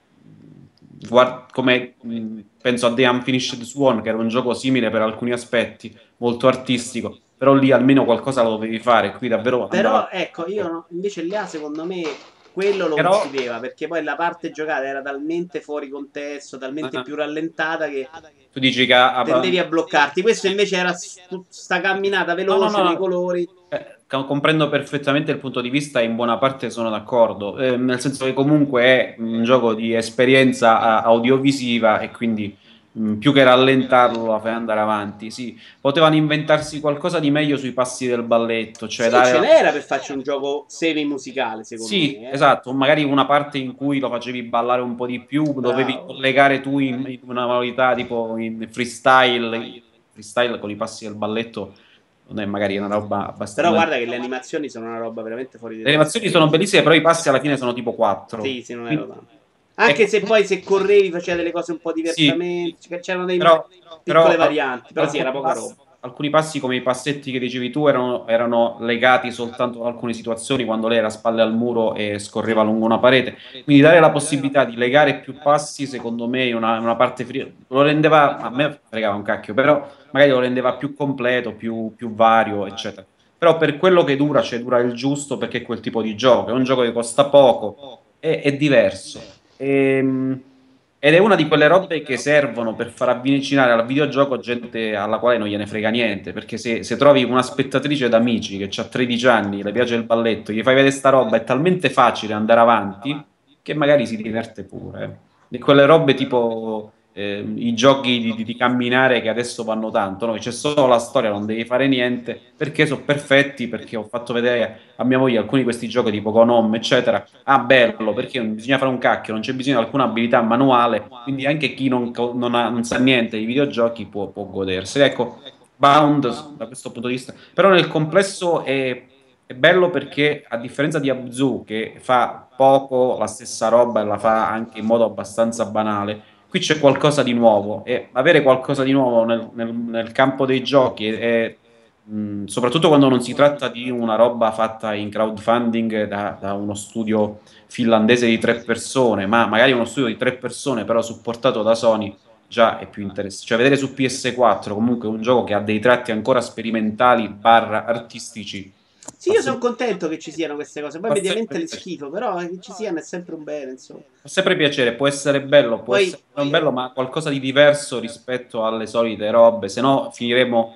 come penso a The Unfinished Swan, che era un gioco simile per alcuni aspetti, molto artistico, però lì almeno qualcosa lo dovevi fare, qui davvero però ecco, io invece là secondo me quello lo Però uccideva, perché poi la parte giocata era talmente fuori contesto, talmente più rallentata che tu dici che tendevi a bloccarti. Questo invece era sta camminata no, no, veloce no, nei no. colori. Comprendo perfettamente il punto di vista e in buona parte sono d'accordo, nel senso che comunque è un gioco di esperienza audiovisiva e quindi più che rallentarlo la fai andare avanti. Sì, potevano inventarsi qualcosa di meglio sui passi del balletto, cioè Sì, dare ce la... n'era per farci un gioco semi-musicale, secondo Sì, me. esatto, magari una parte in cui lo facevi ballare un po' di più, dovevi Bravo. collegare tu in una modalità tipo in freestyle con i passi del balletto, non è magari una roba Però abbastanza... guarda che le animazioni sono una roba veramente fuori di Le testa. animazioni sono bellissime, però i passi alla fine sono tipo 4. Sì, sì, non ero Quindi, tanto. Anche ecco, se poi se correvi faceva delle cose un po' sì, diversamente, c'erano dei però, piccole però varianti, però sì, era poca roba. alcuni passi come i passetti che dicevi tu erano legati soltanto ad alcune situazioni quando lei era a spalle al muro e scorreva lungo una parete. Quindi dare la possibilità di legare più passi, secondo me, in una parte lo rendeva, a me fregava un cacchio, però magari lo rendeva più completo, più vario, eccetera. Però per quello che dura, cioè dura il giusto perché è quel tipo di gioco, è un gioco che costa poco, è diverso. Ed è una di quelle robe che servono per far avvicinare al videogioco gente alla quale non gliene frega niente, perché se trovi una spettatrice d'amici che ha 13 anni, le piace il balletto, gli fai vedere sta roba, è talmente facile andare avanti che magari si diverte pure. Di quelle robe tipo i giochi di camminare che adesso vanno tanto, no? C'è solo la storia, non devi fare niente, perché sono perfetti, perché ho fatto vedere a mia moglie alcuni di questi giochi tipo Conom, eccetera. Ah, bello, perché non bisogna fare un cacchio, non c'è bisogno di alcuna abilità manuale, quindi anche chi non sa niente di videogiochi può godersi. Ecco, Bound da questo punto di vista. Però nel complesso è bello perché a differenza di Abzu che fa poco la stessa roba e la fa anche in modo abbastanza banale, qui c'è qualcosa di nuovo e avere qualcosa di nuovo nel campo dei giochi soprattutto quando non si tratta di una roba fatta in crowdfunding da uno studio finlandese di 3 persone, ma magari uno studio di 3 persone però supportato da Sony, già è più interessante. Cioè vedere su PS4 comunque un gioco che ha dei tratti ancora sperimentali barra artistici Sì, fa io sono sempre, contento che ci siano queste cose. Poi fa mediamente sempre le piacere. schifo, però che ci siano è sempre un bene, insomma. Fa sempre piacere, può essere bello, può Poi essere non bello, ma qualcosa di diverso rispetto alle solite robe, se no finiremo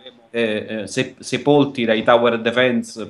sepolti dai tower defense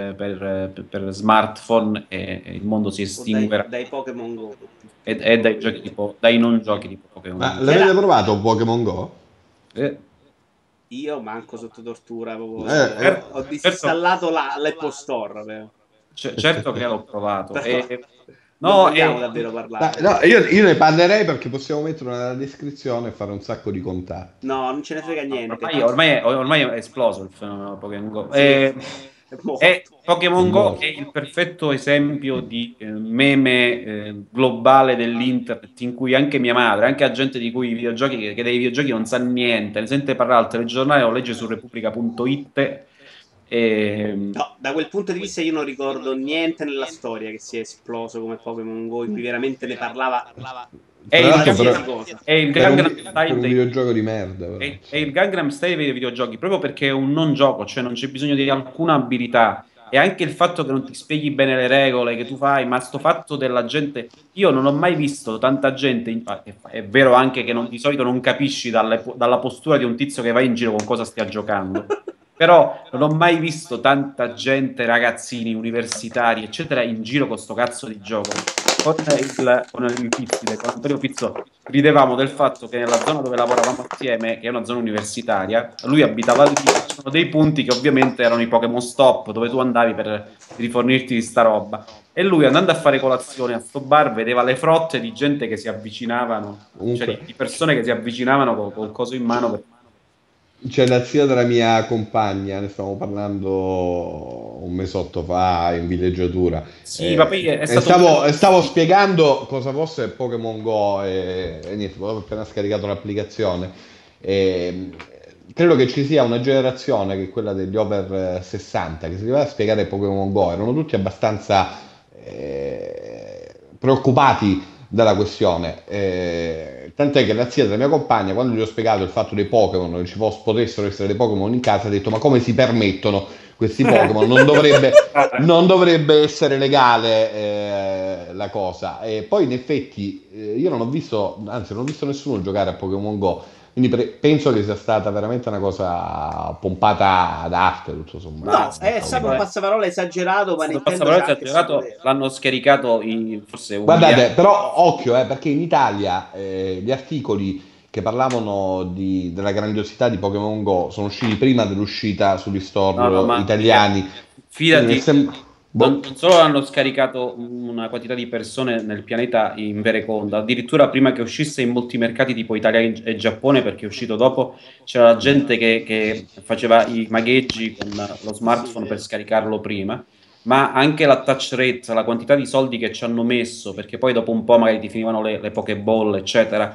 per smartphone e il mondo si o estinguerà dai Pokémon Go. e dai giochi dai non giochi tipo Ma Pokémon. C'era l'avete provato Pokémon Go? Eh, io manco sotto tortura, proprio, ho certo, disinstallato l'Apple Store. certo che l'ho provato. Però non No, vogliamo davvero parlarne. No, io ne parlerei perché possiamo metterlo nella descrizione e fare un sacco di contatti. No, non ce ne frega niente. ormai è esploso il fenomeno Pokémon Go. Sì, è morto. È Pokémon Go è morto. il perfetto esempio di meme globale dell'internet in cui anche mia madre, anche la gente di cui i videogiochi, che dei videogiochi non sa niente, ne sente parlare al telegiornale o legge su Repubblica.it. E, No, da quel punto di vista io non ricordo niente nella storia che sia esploso come Pokémon Go, in cui veramente ne parlava è Tra il, l'altro, qualsiasi cosa. è il per Gangnam Style per un dei videogioco di merda. Però, è il Gangnam Style dei videogiochi, proprio perché è un non gioco, cioè non c'è bisogno di alcuna abilità. E anche il fatto che non ti spieghi bene le regole, che tu fai, ma sto fatto della gente. Io non ho mai visto tanta gente. È vero anche che di solito non capisci dalla postura di un tizio che va in giro con cosa stia giocando. Però non ho mai visto tanta gente, ragazzini, universitari, eccetera, in giro con sto cazzo di gioco. Con il Pizzile, con Antonio Pizzo, ridevamo del fatto che nella zona dove lavoravamo assieme, che è una zona universitaria, lui abitava lì, c'erano dei punti che ovviamente erano i Pokémon Stop, dove tu andavi per rifornirti di sta roba. E lui andando a fare colazione a sto bar vedeva le frotte di gente che si avvicinavano, cioè comunque, di persone che si avvicinavano col coso in mano. c'è la zia della mia compagna, ne stavamo parlando un mesotto fa in villeggiatura. Sì, ma poi è E stato un stavo, e stavo spiegando cosa fosse Pokémon Go e niente, ho appena scaricato l'applicazione. E, credo che ci sia una generazione che è quella degli over 60 che si deve spiegare Pokémon Go. Erano tutti abbastanza preoccupati dalla questione. Tant'è che la zia della mia compagna, quando gli ho spiegato il fatto dei Pokémon, che potessero essere dei Pokémon in casa, ha detto: Ma come si permettono questi Pokémon? Non dovrebbe essere legale la cosa. E poi in effetti io non ho visto, anzi non ho visto nessuno giocare a Pokémon Go, quindi penso che sia stata veramente una cosa pompata ad arte, tutto No, sommato. è stato un passaparola esagerato, ma Stato Nintendo c'ha passaparola anche il suo esagerato, potere. l'hanno scaricato in forse un Guardate, miliardo. però occhio, perché in Italia gli articoli che parlavano della grandiosità di Pokémon Go sono usciti prima dell'uscita sugli No, no, store ma italiani. Quindi mi fidati, sembra... non, Boh. non solo hanno scaricato una quantità di persone nel pianeta in vereconda, addirittura prima che uscisse in molti mercati tipo Italia e Giappone, perché è uscito dopo, c'era gente che faceva i magheggi con lo Sì, smartphone per vero. scaricarlo prima, ma anche la touch rate, la quantità di soldi che ci hanno messo, perché poi dopo un po' magari ti finivano le Pokéball, eccetera.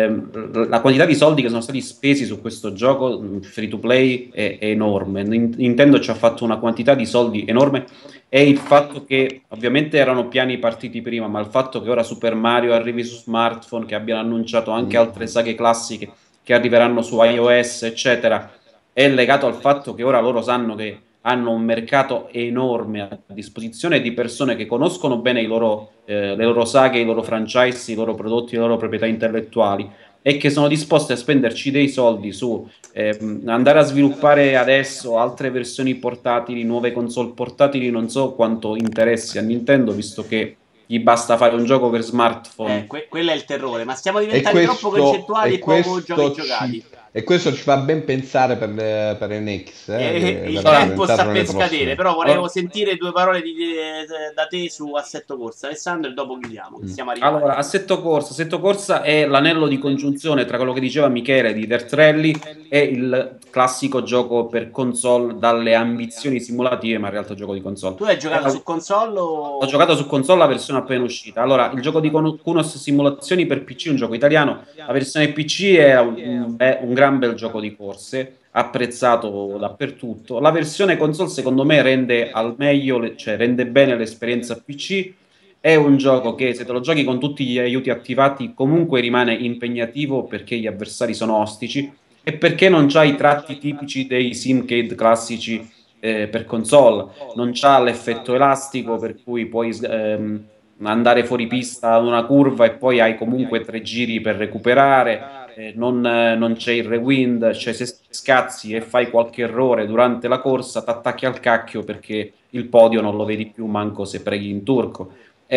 La quantità di soldi che sono stati spesi su questo gioco free to play è enorme. Nintendo ci ha fatto una quantità di soldi enorme e il fatto che ovviamente erano piani partiti prima, ma il fatto che ora Super Mario arrivi su smartphone, che abbiano annunciato anche altre saghe classiche che arriveranno su iOS, eccetera, è legato al fatto che ora loro sanno che hanno un mercato enorme a disposizione di persone che conoscono bene le loro saghe, i loro franchise, i loro prodotti, le loro proprietà intellettuali e che sono disposte a spenderci dei soldi su andare a sviluppare adesso altre versioni portatili, nuove console portatili, non so quanto interessi a Nintendo, visto che gli basta fare un gioco per smartphone. Quello è il terrore, ma stiamo E diventando troppo questo, concettuali e e poco giochi questo giocati. ci, e questo ci fa ben pensare per NX, che Il verrà Allora, tempo sta presentato per nelle scadere, prossime. però volevo allora, sentire due parole da te su Assetto Corsa, Alessandro, e dopo chiudiamo, che Mm. siamo arrivati. Allora, Assetto Corsa è l'anello di congiunzione tra quello che diceva Michele di Dirt Rally e il classico gioco per console dalle ambizioni simulative, ma in realtà gioco di console. Tu hai giocato su console Ho o... giocato su console la versione appena uscita. Allora, il gioco di Kunos Simulazioni per PC è un gioco italiano. La versione PC è un gran bel gioco di corse, apprezzato dappertutto. La versione console, secondo me, rende al meglio, cioè rende bene l'esperienza PC. È un gioco che se te lo giochi con tutti gli aiuti attivati comunque rimane impegnativo perché gli avversari sono ostici e perché non c'ha i tratti tipici dei simcade classici per console, non c'ha l'effetto elastico per cui puoi andare fuori pista ad una curva e poi hai comunque 3 giri per recuperare, non c'è il rewind, cioè se scazzi e fai qualche errore durante la corsa, ti attacchi al cacchio perché il podio non lo vedi più manco se preghi in turco.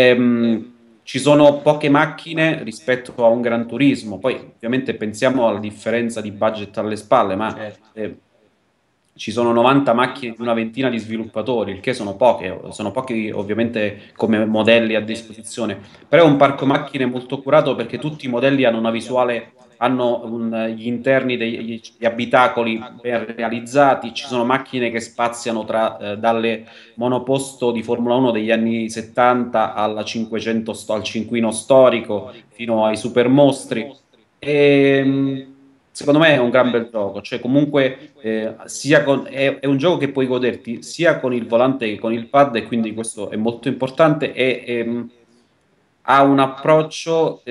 Ci sono poche macchine rispetto a un Gran Turismo, poi ovviamente pensiamo alla differenza di budget alle spalle, ma Certo. ci sono 90 macchine di una ventina di sviluppatori, il che sono pochi ovviamente come modelli a disposizione, però è un parco macchine molto curato perché tutti i modelli hanno una visuale, hanno gli interni degli abitacoli ben realizzati, ci sono macchine che spaziano dalle monoposto di Formula 1 degli anni 70 alla 500 al cinquino storico fino ai super mostri. Secondo me è un gran bel gioco, cioè comunque è un gioco che puoi goderti sia con il volante che con il pad e quindi questo è molto importante e ha un approccio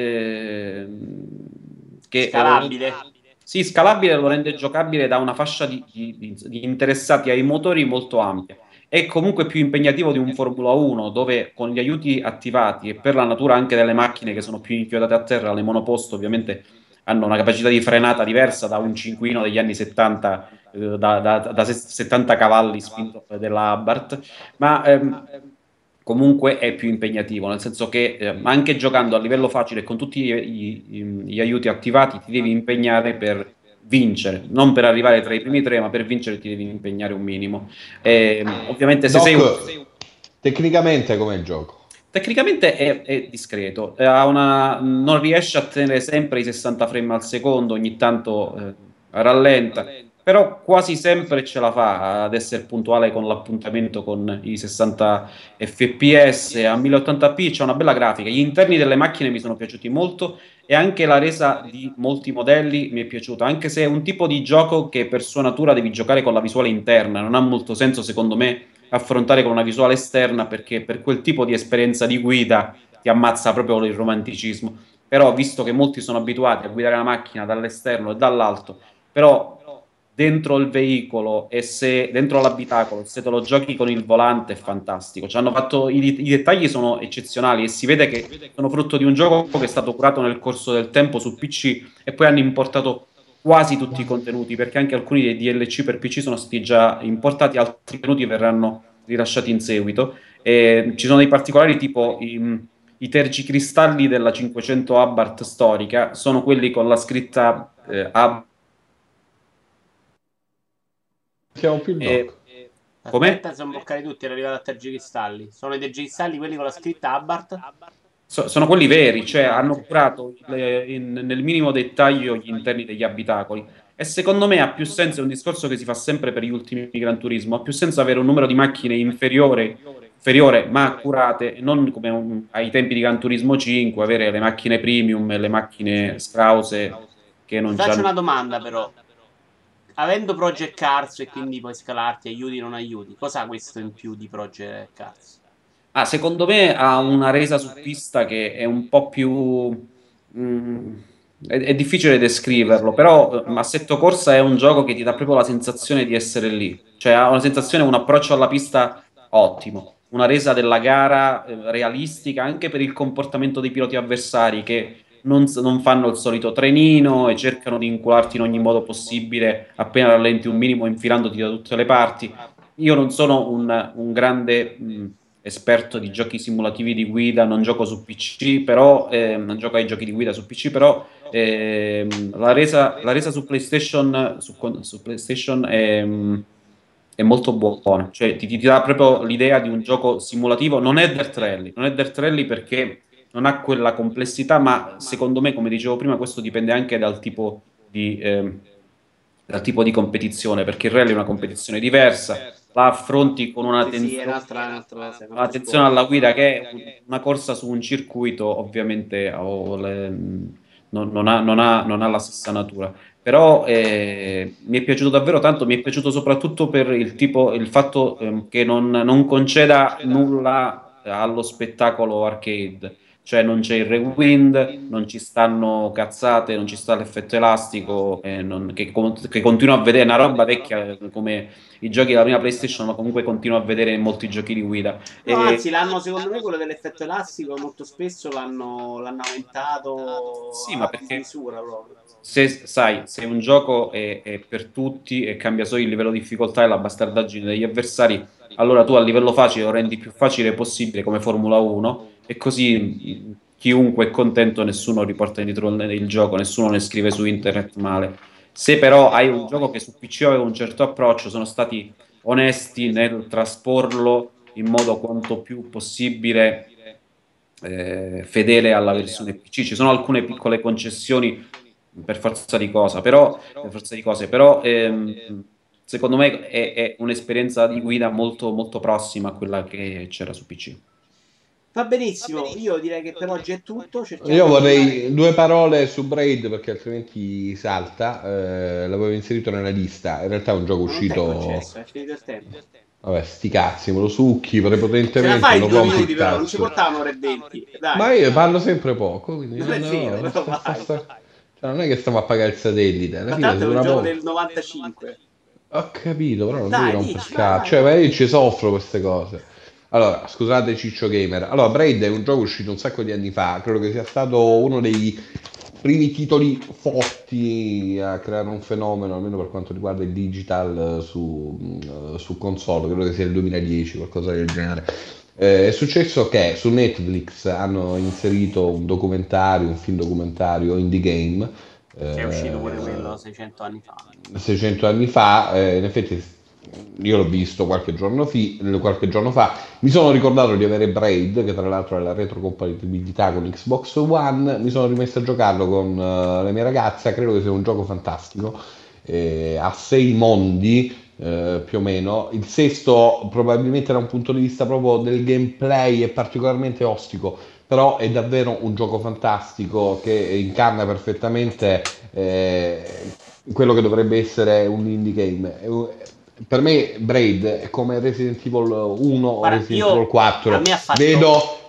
che Scalabile. sì, scalabile lo rende giocabile da una fascia di interessati ai motori molto ampia. È comunque più impegnativo di un Formula 1, dove con gli aiuti attivati e per la natura anche delle macchine che sono più inchiodate a terra, le monoposto ovviamente hanno una capacità di frenata diversa da un cinquino degli anni 70, da 70 cavalli spinto della Abarth, ma comunque è più impegnativo, nel senso che anche giocando a livello facile con tutti gli aiuti attivati ti devi impegnare per vincere, non per arrivare tra i primi tre, ma per vincere ti devi impegnare un minimo. Ovviamente se sei Doc, un... tecnicamente com'è il gioco? Tecnicamente è discreto, non riesce a tenere sempre i 60 frame al secondo, ogni tanto rallenta, però quasi sempre ce la fa ad essere puntuale con l'appuntamento con i 60 fps a 1080p, c'è una bella grafica, gli interni delle macchine mi sono piaciuti molto e anche la resa di molti modelli mi è piaciuta, anche se è un tipo di gioco che per sua natura devi giocare con la visuale interna, non ha molto senso secondo me affrontare con una visuale esterna perché per quel tipo di esperienza di guida ti ammazza proprio il romanticismo. Però, visto che molti sono abituati a guidare la macchina dall'esterno e dall'alto, però dentro il veicolo e se dentro l'abitacolo, se te lo giochi con il volante è fantastico. Ci hanno fatto, i dettagli sono eccezionali e si vede che sono frutto di un gioco che è stato curato nel corso del tempo su PC e poi hanno importato quasi tutti i contenuti, perché anche alcuni dei DLC per PC sono stati già importati, altri contenuti verranno rilasciati in seguito. E ci sono dei particolari tipo i tergicristalli della 500 Abarth storica, sono quelli con la scritta Ab. Siamo più il doc. Come? Aspetta, sono bloccati tutti, era arrivato a tergicristalli. Sono i tergicristalli quelli con la scritta Abarth? Sono quelli veri, cioè hanno curato nel minimo dettaglio gli interni degli abitacoli. E secondo me ha più senso, è un discorso che si fa sempre per gli ultimi Gran Turismo, ha più senso avere un numero di macchine inferiore ma accurate, e non come ai tempi di Gran Turismo 5, avere le macchine premium e le macchine scrause che non Ti faccio c'hanno. una domanda però. Avendo Project Cars e quindi puoi scalarti, aiuti o non aiuti, cosa ha questo in più di Project Cars? Ah, secondo me ha una resa su pista che è un po' più. mm, è difficile descriverlo, però Assetto Corsa è un gioco che ti dà proprio la sensazione di essere lì. Cioè ha una sensazione, un approccio alla pista ottimo, una resa della gara realistica anche per il comportamento dei piloti avversari che non fanno il solito trenino e cercano di incularti in ogni modo possibile appena rallenti un minimo infilandoti da tutte le parti. Io non sono un grande esperto di giochi simulativi di guida, non gioco su PC, però non gioco ai giochi di guida su PC, però la resa su PlayStation, su PlayStation è molto buona, cioè ti dà proprio l'idea di un gioco simulativo. Non è Dirt Rally perché non ha quella complessità, ma secondo me, come dicevo prima, questo dipende anche dal tipo di competizione, perché il rally è una competizione diversa, la affronti con Sì, è un'altra cosa, è un altro un'attenzione sport. alla guida che è una corsa su un circuito, ovviamente non ha la stessa natura. Però mi è piaciuto davvero tanto, mi è piaciuto soprattutto per il fatto che non conceda nulla allo spettacolo arcade, cioè non c'è il rewind, non ci stanno cazzate, non ci sta l'effetto elastico, che continuo a vedere una roba vecchia come i giochi della prima PlayStation, ma comunque continuo a vedere in molti giochi di guida. No, E, anzi, secondo me quello dell'effetto elastico molto spesso l'hanno aumentato sì, ma a perché dismisura proprio. se un gioco è per tutti e cambia solo il livello di difficoltà e la bastardaggine degli avversari, allora tu a livello facile lo rendi più facile possibile come Formula 1 e così chiunque è contento, nessuno riporta indietro il gioco, nessuno ne scrive su internet male. Se però hai un gioco che su PC aveva un certo approccio, sono stati onesti nel trasporlo in modo quanto più possibile fedele alla versione PC. Ci sono alcune piccole concessioni per forza di cosa, però secondo me è un'esperienza di guida molto, molto prossima a quella che c'era su PC. Va benissimo, io direi che per oggi è tutto. Io Cerchiamo di tornare. vorrei due parole su Braid perché altrimenti salta. L'avevo inserito nella lista. In realtà è un gioco Ma non ti è uscito. concesso, è finito il tempo. Vabbè, sti cazzi, me lo succhi Ce la prepotentemente, me fai in lo due rompi minuti il però, non ci cazzo. portava un'ora e 20. Ma Dai, io parlo sempre poco, quindi non è vero, però vai. cioè, non è che stiamo a pagare il satellite, alla Ma fine tanto se è un dura gioco poco. del 95. Ho capito, però non devi Dai, rompere il dici, vai, cazzo. vai, Cioè, vai. ma io ci soffro queste cose. Allora, scusate Ciccio Gamer. Allora, Braid è un gioco uscito un sacco di anni fa. Credo che sia stato uno dei primi titoli forti a creare un fenomeno, almeno per quanto riguarda il digital su console. Credo che sia il 2010, qualcosa del genere. È successo che su Netflix hanno inserito un film documentario Indie Game Che è uscito pure eh, quello 600 anni fa. 600 anni fa, in effetti io l'ho visto qualche giorno fa, mi sono ricordato di avere Braid, che tra l'altro ha la retrocompatibilità con Xbox One, mi sono rimesso a giocarlo con le mie ragazze, credo che sia un gioco fantastico, ha 6 mondi più o meno, il sesto probabilmente da un punto di vista proprio del gameplay è particolarmente ostico, però è davvero un gioco fantastico che incarna perfettamente eh, quello che dovrebbe essere un indie game. Per me Braid è come Resident Evil 1 o Guarda, Resident Evil a 4. me ha fatto. Vedo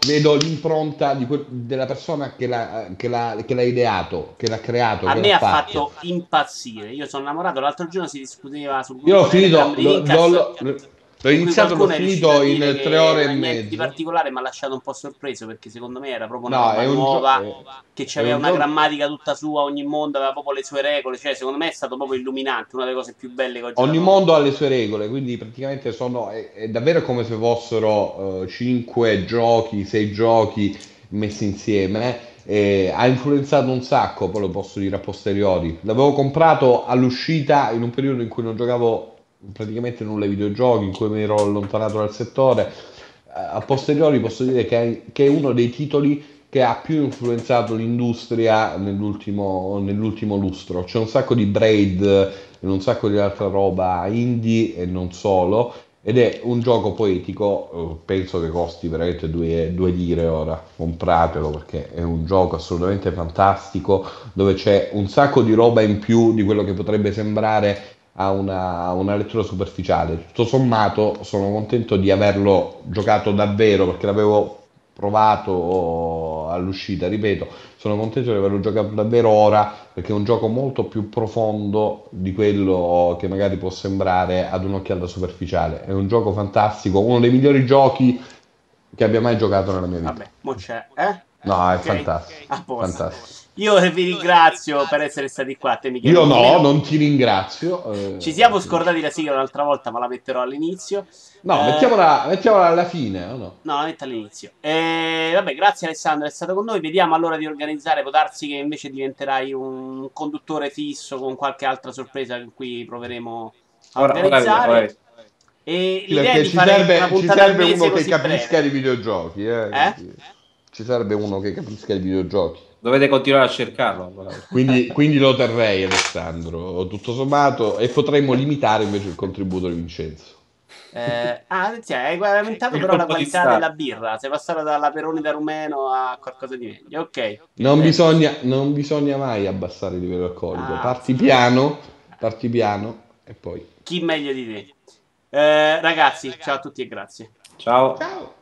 vedo l'impronta della persona che l'ha ideato, che l'ha creato, A che me l'ha ha fatto. fatto impazzire. Io sono innamorato. L'altro giorno si discuteva sul Io l'ho gruppo Telegram finito, di Rincast, l'ho in cui iniziato, l'ho qualcuno è riuscito a finito dire in 3 ore che e non ha niente di mezzo. particolare, ma ha lasciato un po' sorpreso perché secondo me era proprio una No, roba nuova, che è aveva un una gioco. grammatica tutta sua, ogni mondo aveva proprio le sue regole. Cioè, secondo me è stato proprio illuminante, una delle cose più belle che ho Ogni giocato. mondo ha le sue regole, quindi praticamente è davvero come se fossero 5 giochi, 6 giochi messi insieme. Ha influenzato un sacco, poi lo posso dire a posteriori. L'avevo comprato all'uscita in un periodo in cui non giocavo praticamente nulla ai videogiochi, in cui mi ero allontanato dal settore. A posteriori posso dire che è uno dei titoli che ha più influenzato l'industria nell'ultimo lustro. C'è un sacco di Braid e un sacco di altra roba indie e non solo. Ed è un gioco poetico, penso che costi veramente 2 lire ora, compratelo perché è un gioco assolutamente fantastico, dove c'è un sacco di roba in più di quello che potrebbe sembrare a una lettura superficiale. Tutto sommato sono contento di averlo giocato davvero perché l'avevo provato all'uscita, ripeto, sono contento di averlo giocato davvero ora perché è un gioco molto più profondo di quello che magari può sembrare ad un'occhiata superficiale. È un gioco fantastico, uno dei migliori giochi che abbia mai giocato nella mia vita. Vabbè, mo c'è, eh? No, è Ok, fantastico, a posto. fantastico. Io vi ringrazio per essere stati qua, te Michele, Io un no, pochino. non ti ringrazio. Ci siamo scordati la sigla un'altra volta, ma la metterò all'inizio. No, mettiamola alla fine, o no? No, la metto all'inizio. Vabbè, grazie Alessandro, è stato con noi. Vediamo allora di organizzare. Può darsi che invece diventerai un conduttore fisso con qualche altra sorpresa che qui proveremo a Ora. organizzare. E Sì, l'idea è perché di ci fare una serve, ci puntata al serve mese uno che così capisca breve. di videogiochi, Eh? quindi ci serve uno che capisca di videogiochi. Dovete continuare a cercarlo ancora. Quindi lo terrei, Alessandro, tutto sommato, e potremmo limitare invece il contributo di Vincenzo. Attenzione, hai aumentato Il però la colpo di qualità della stato. birra. Sei passato dalla Peroni da Rumeno a qualcosa di meglio. Ok, Non bene. bisogna, non bisogna mai abbassare il livello alcolico, Ah, parti piano e poi. chi meglio di te? Ragazzi, ciao a tutti e grazie. Ciao. Ciao!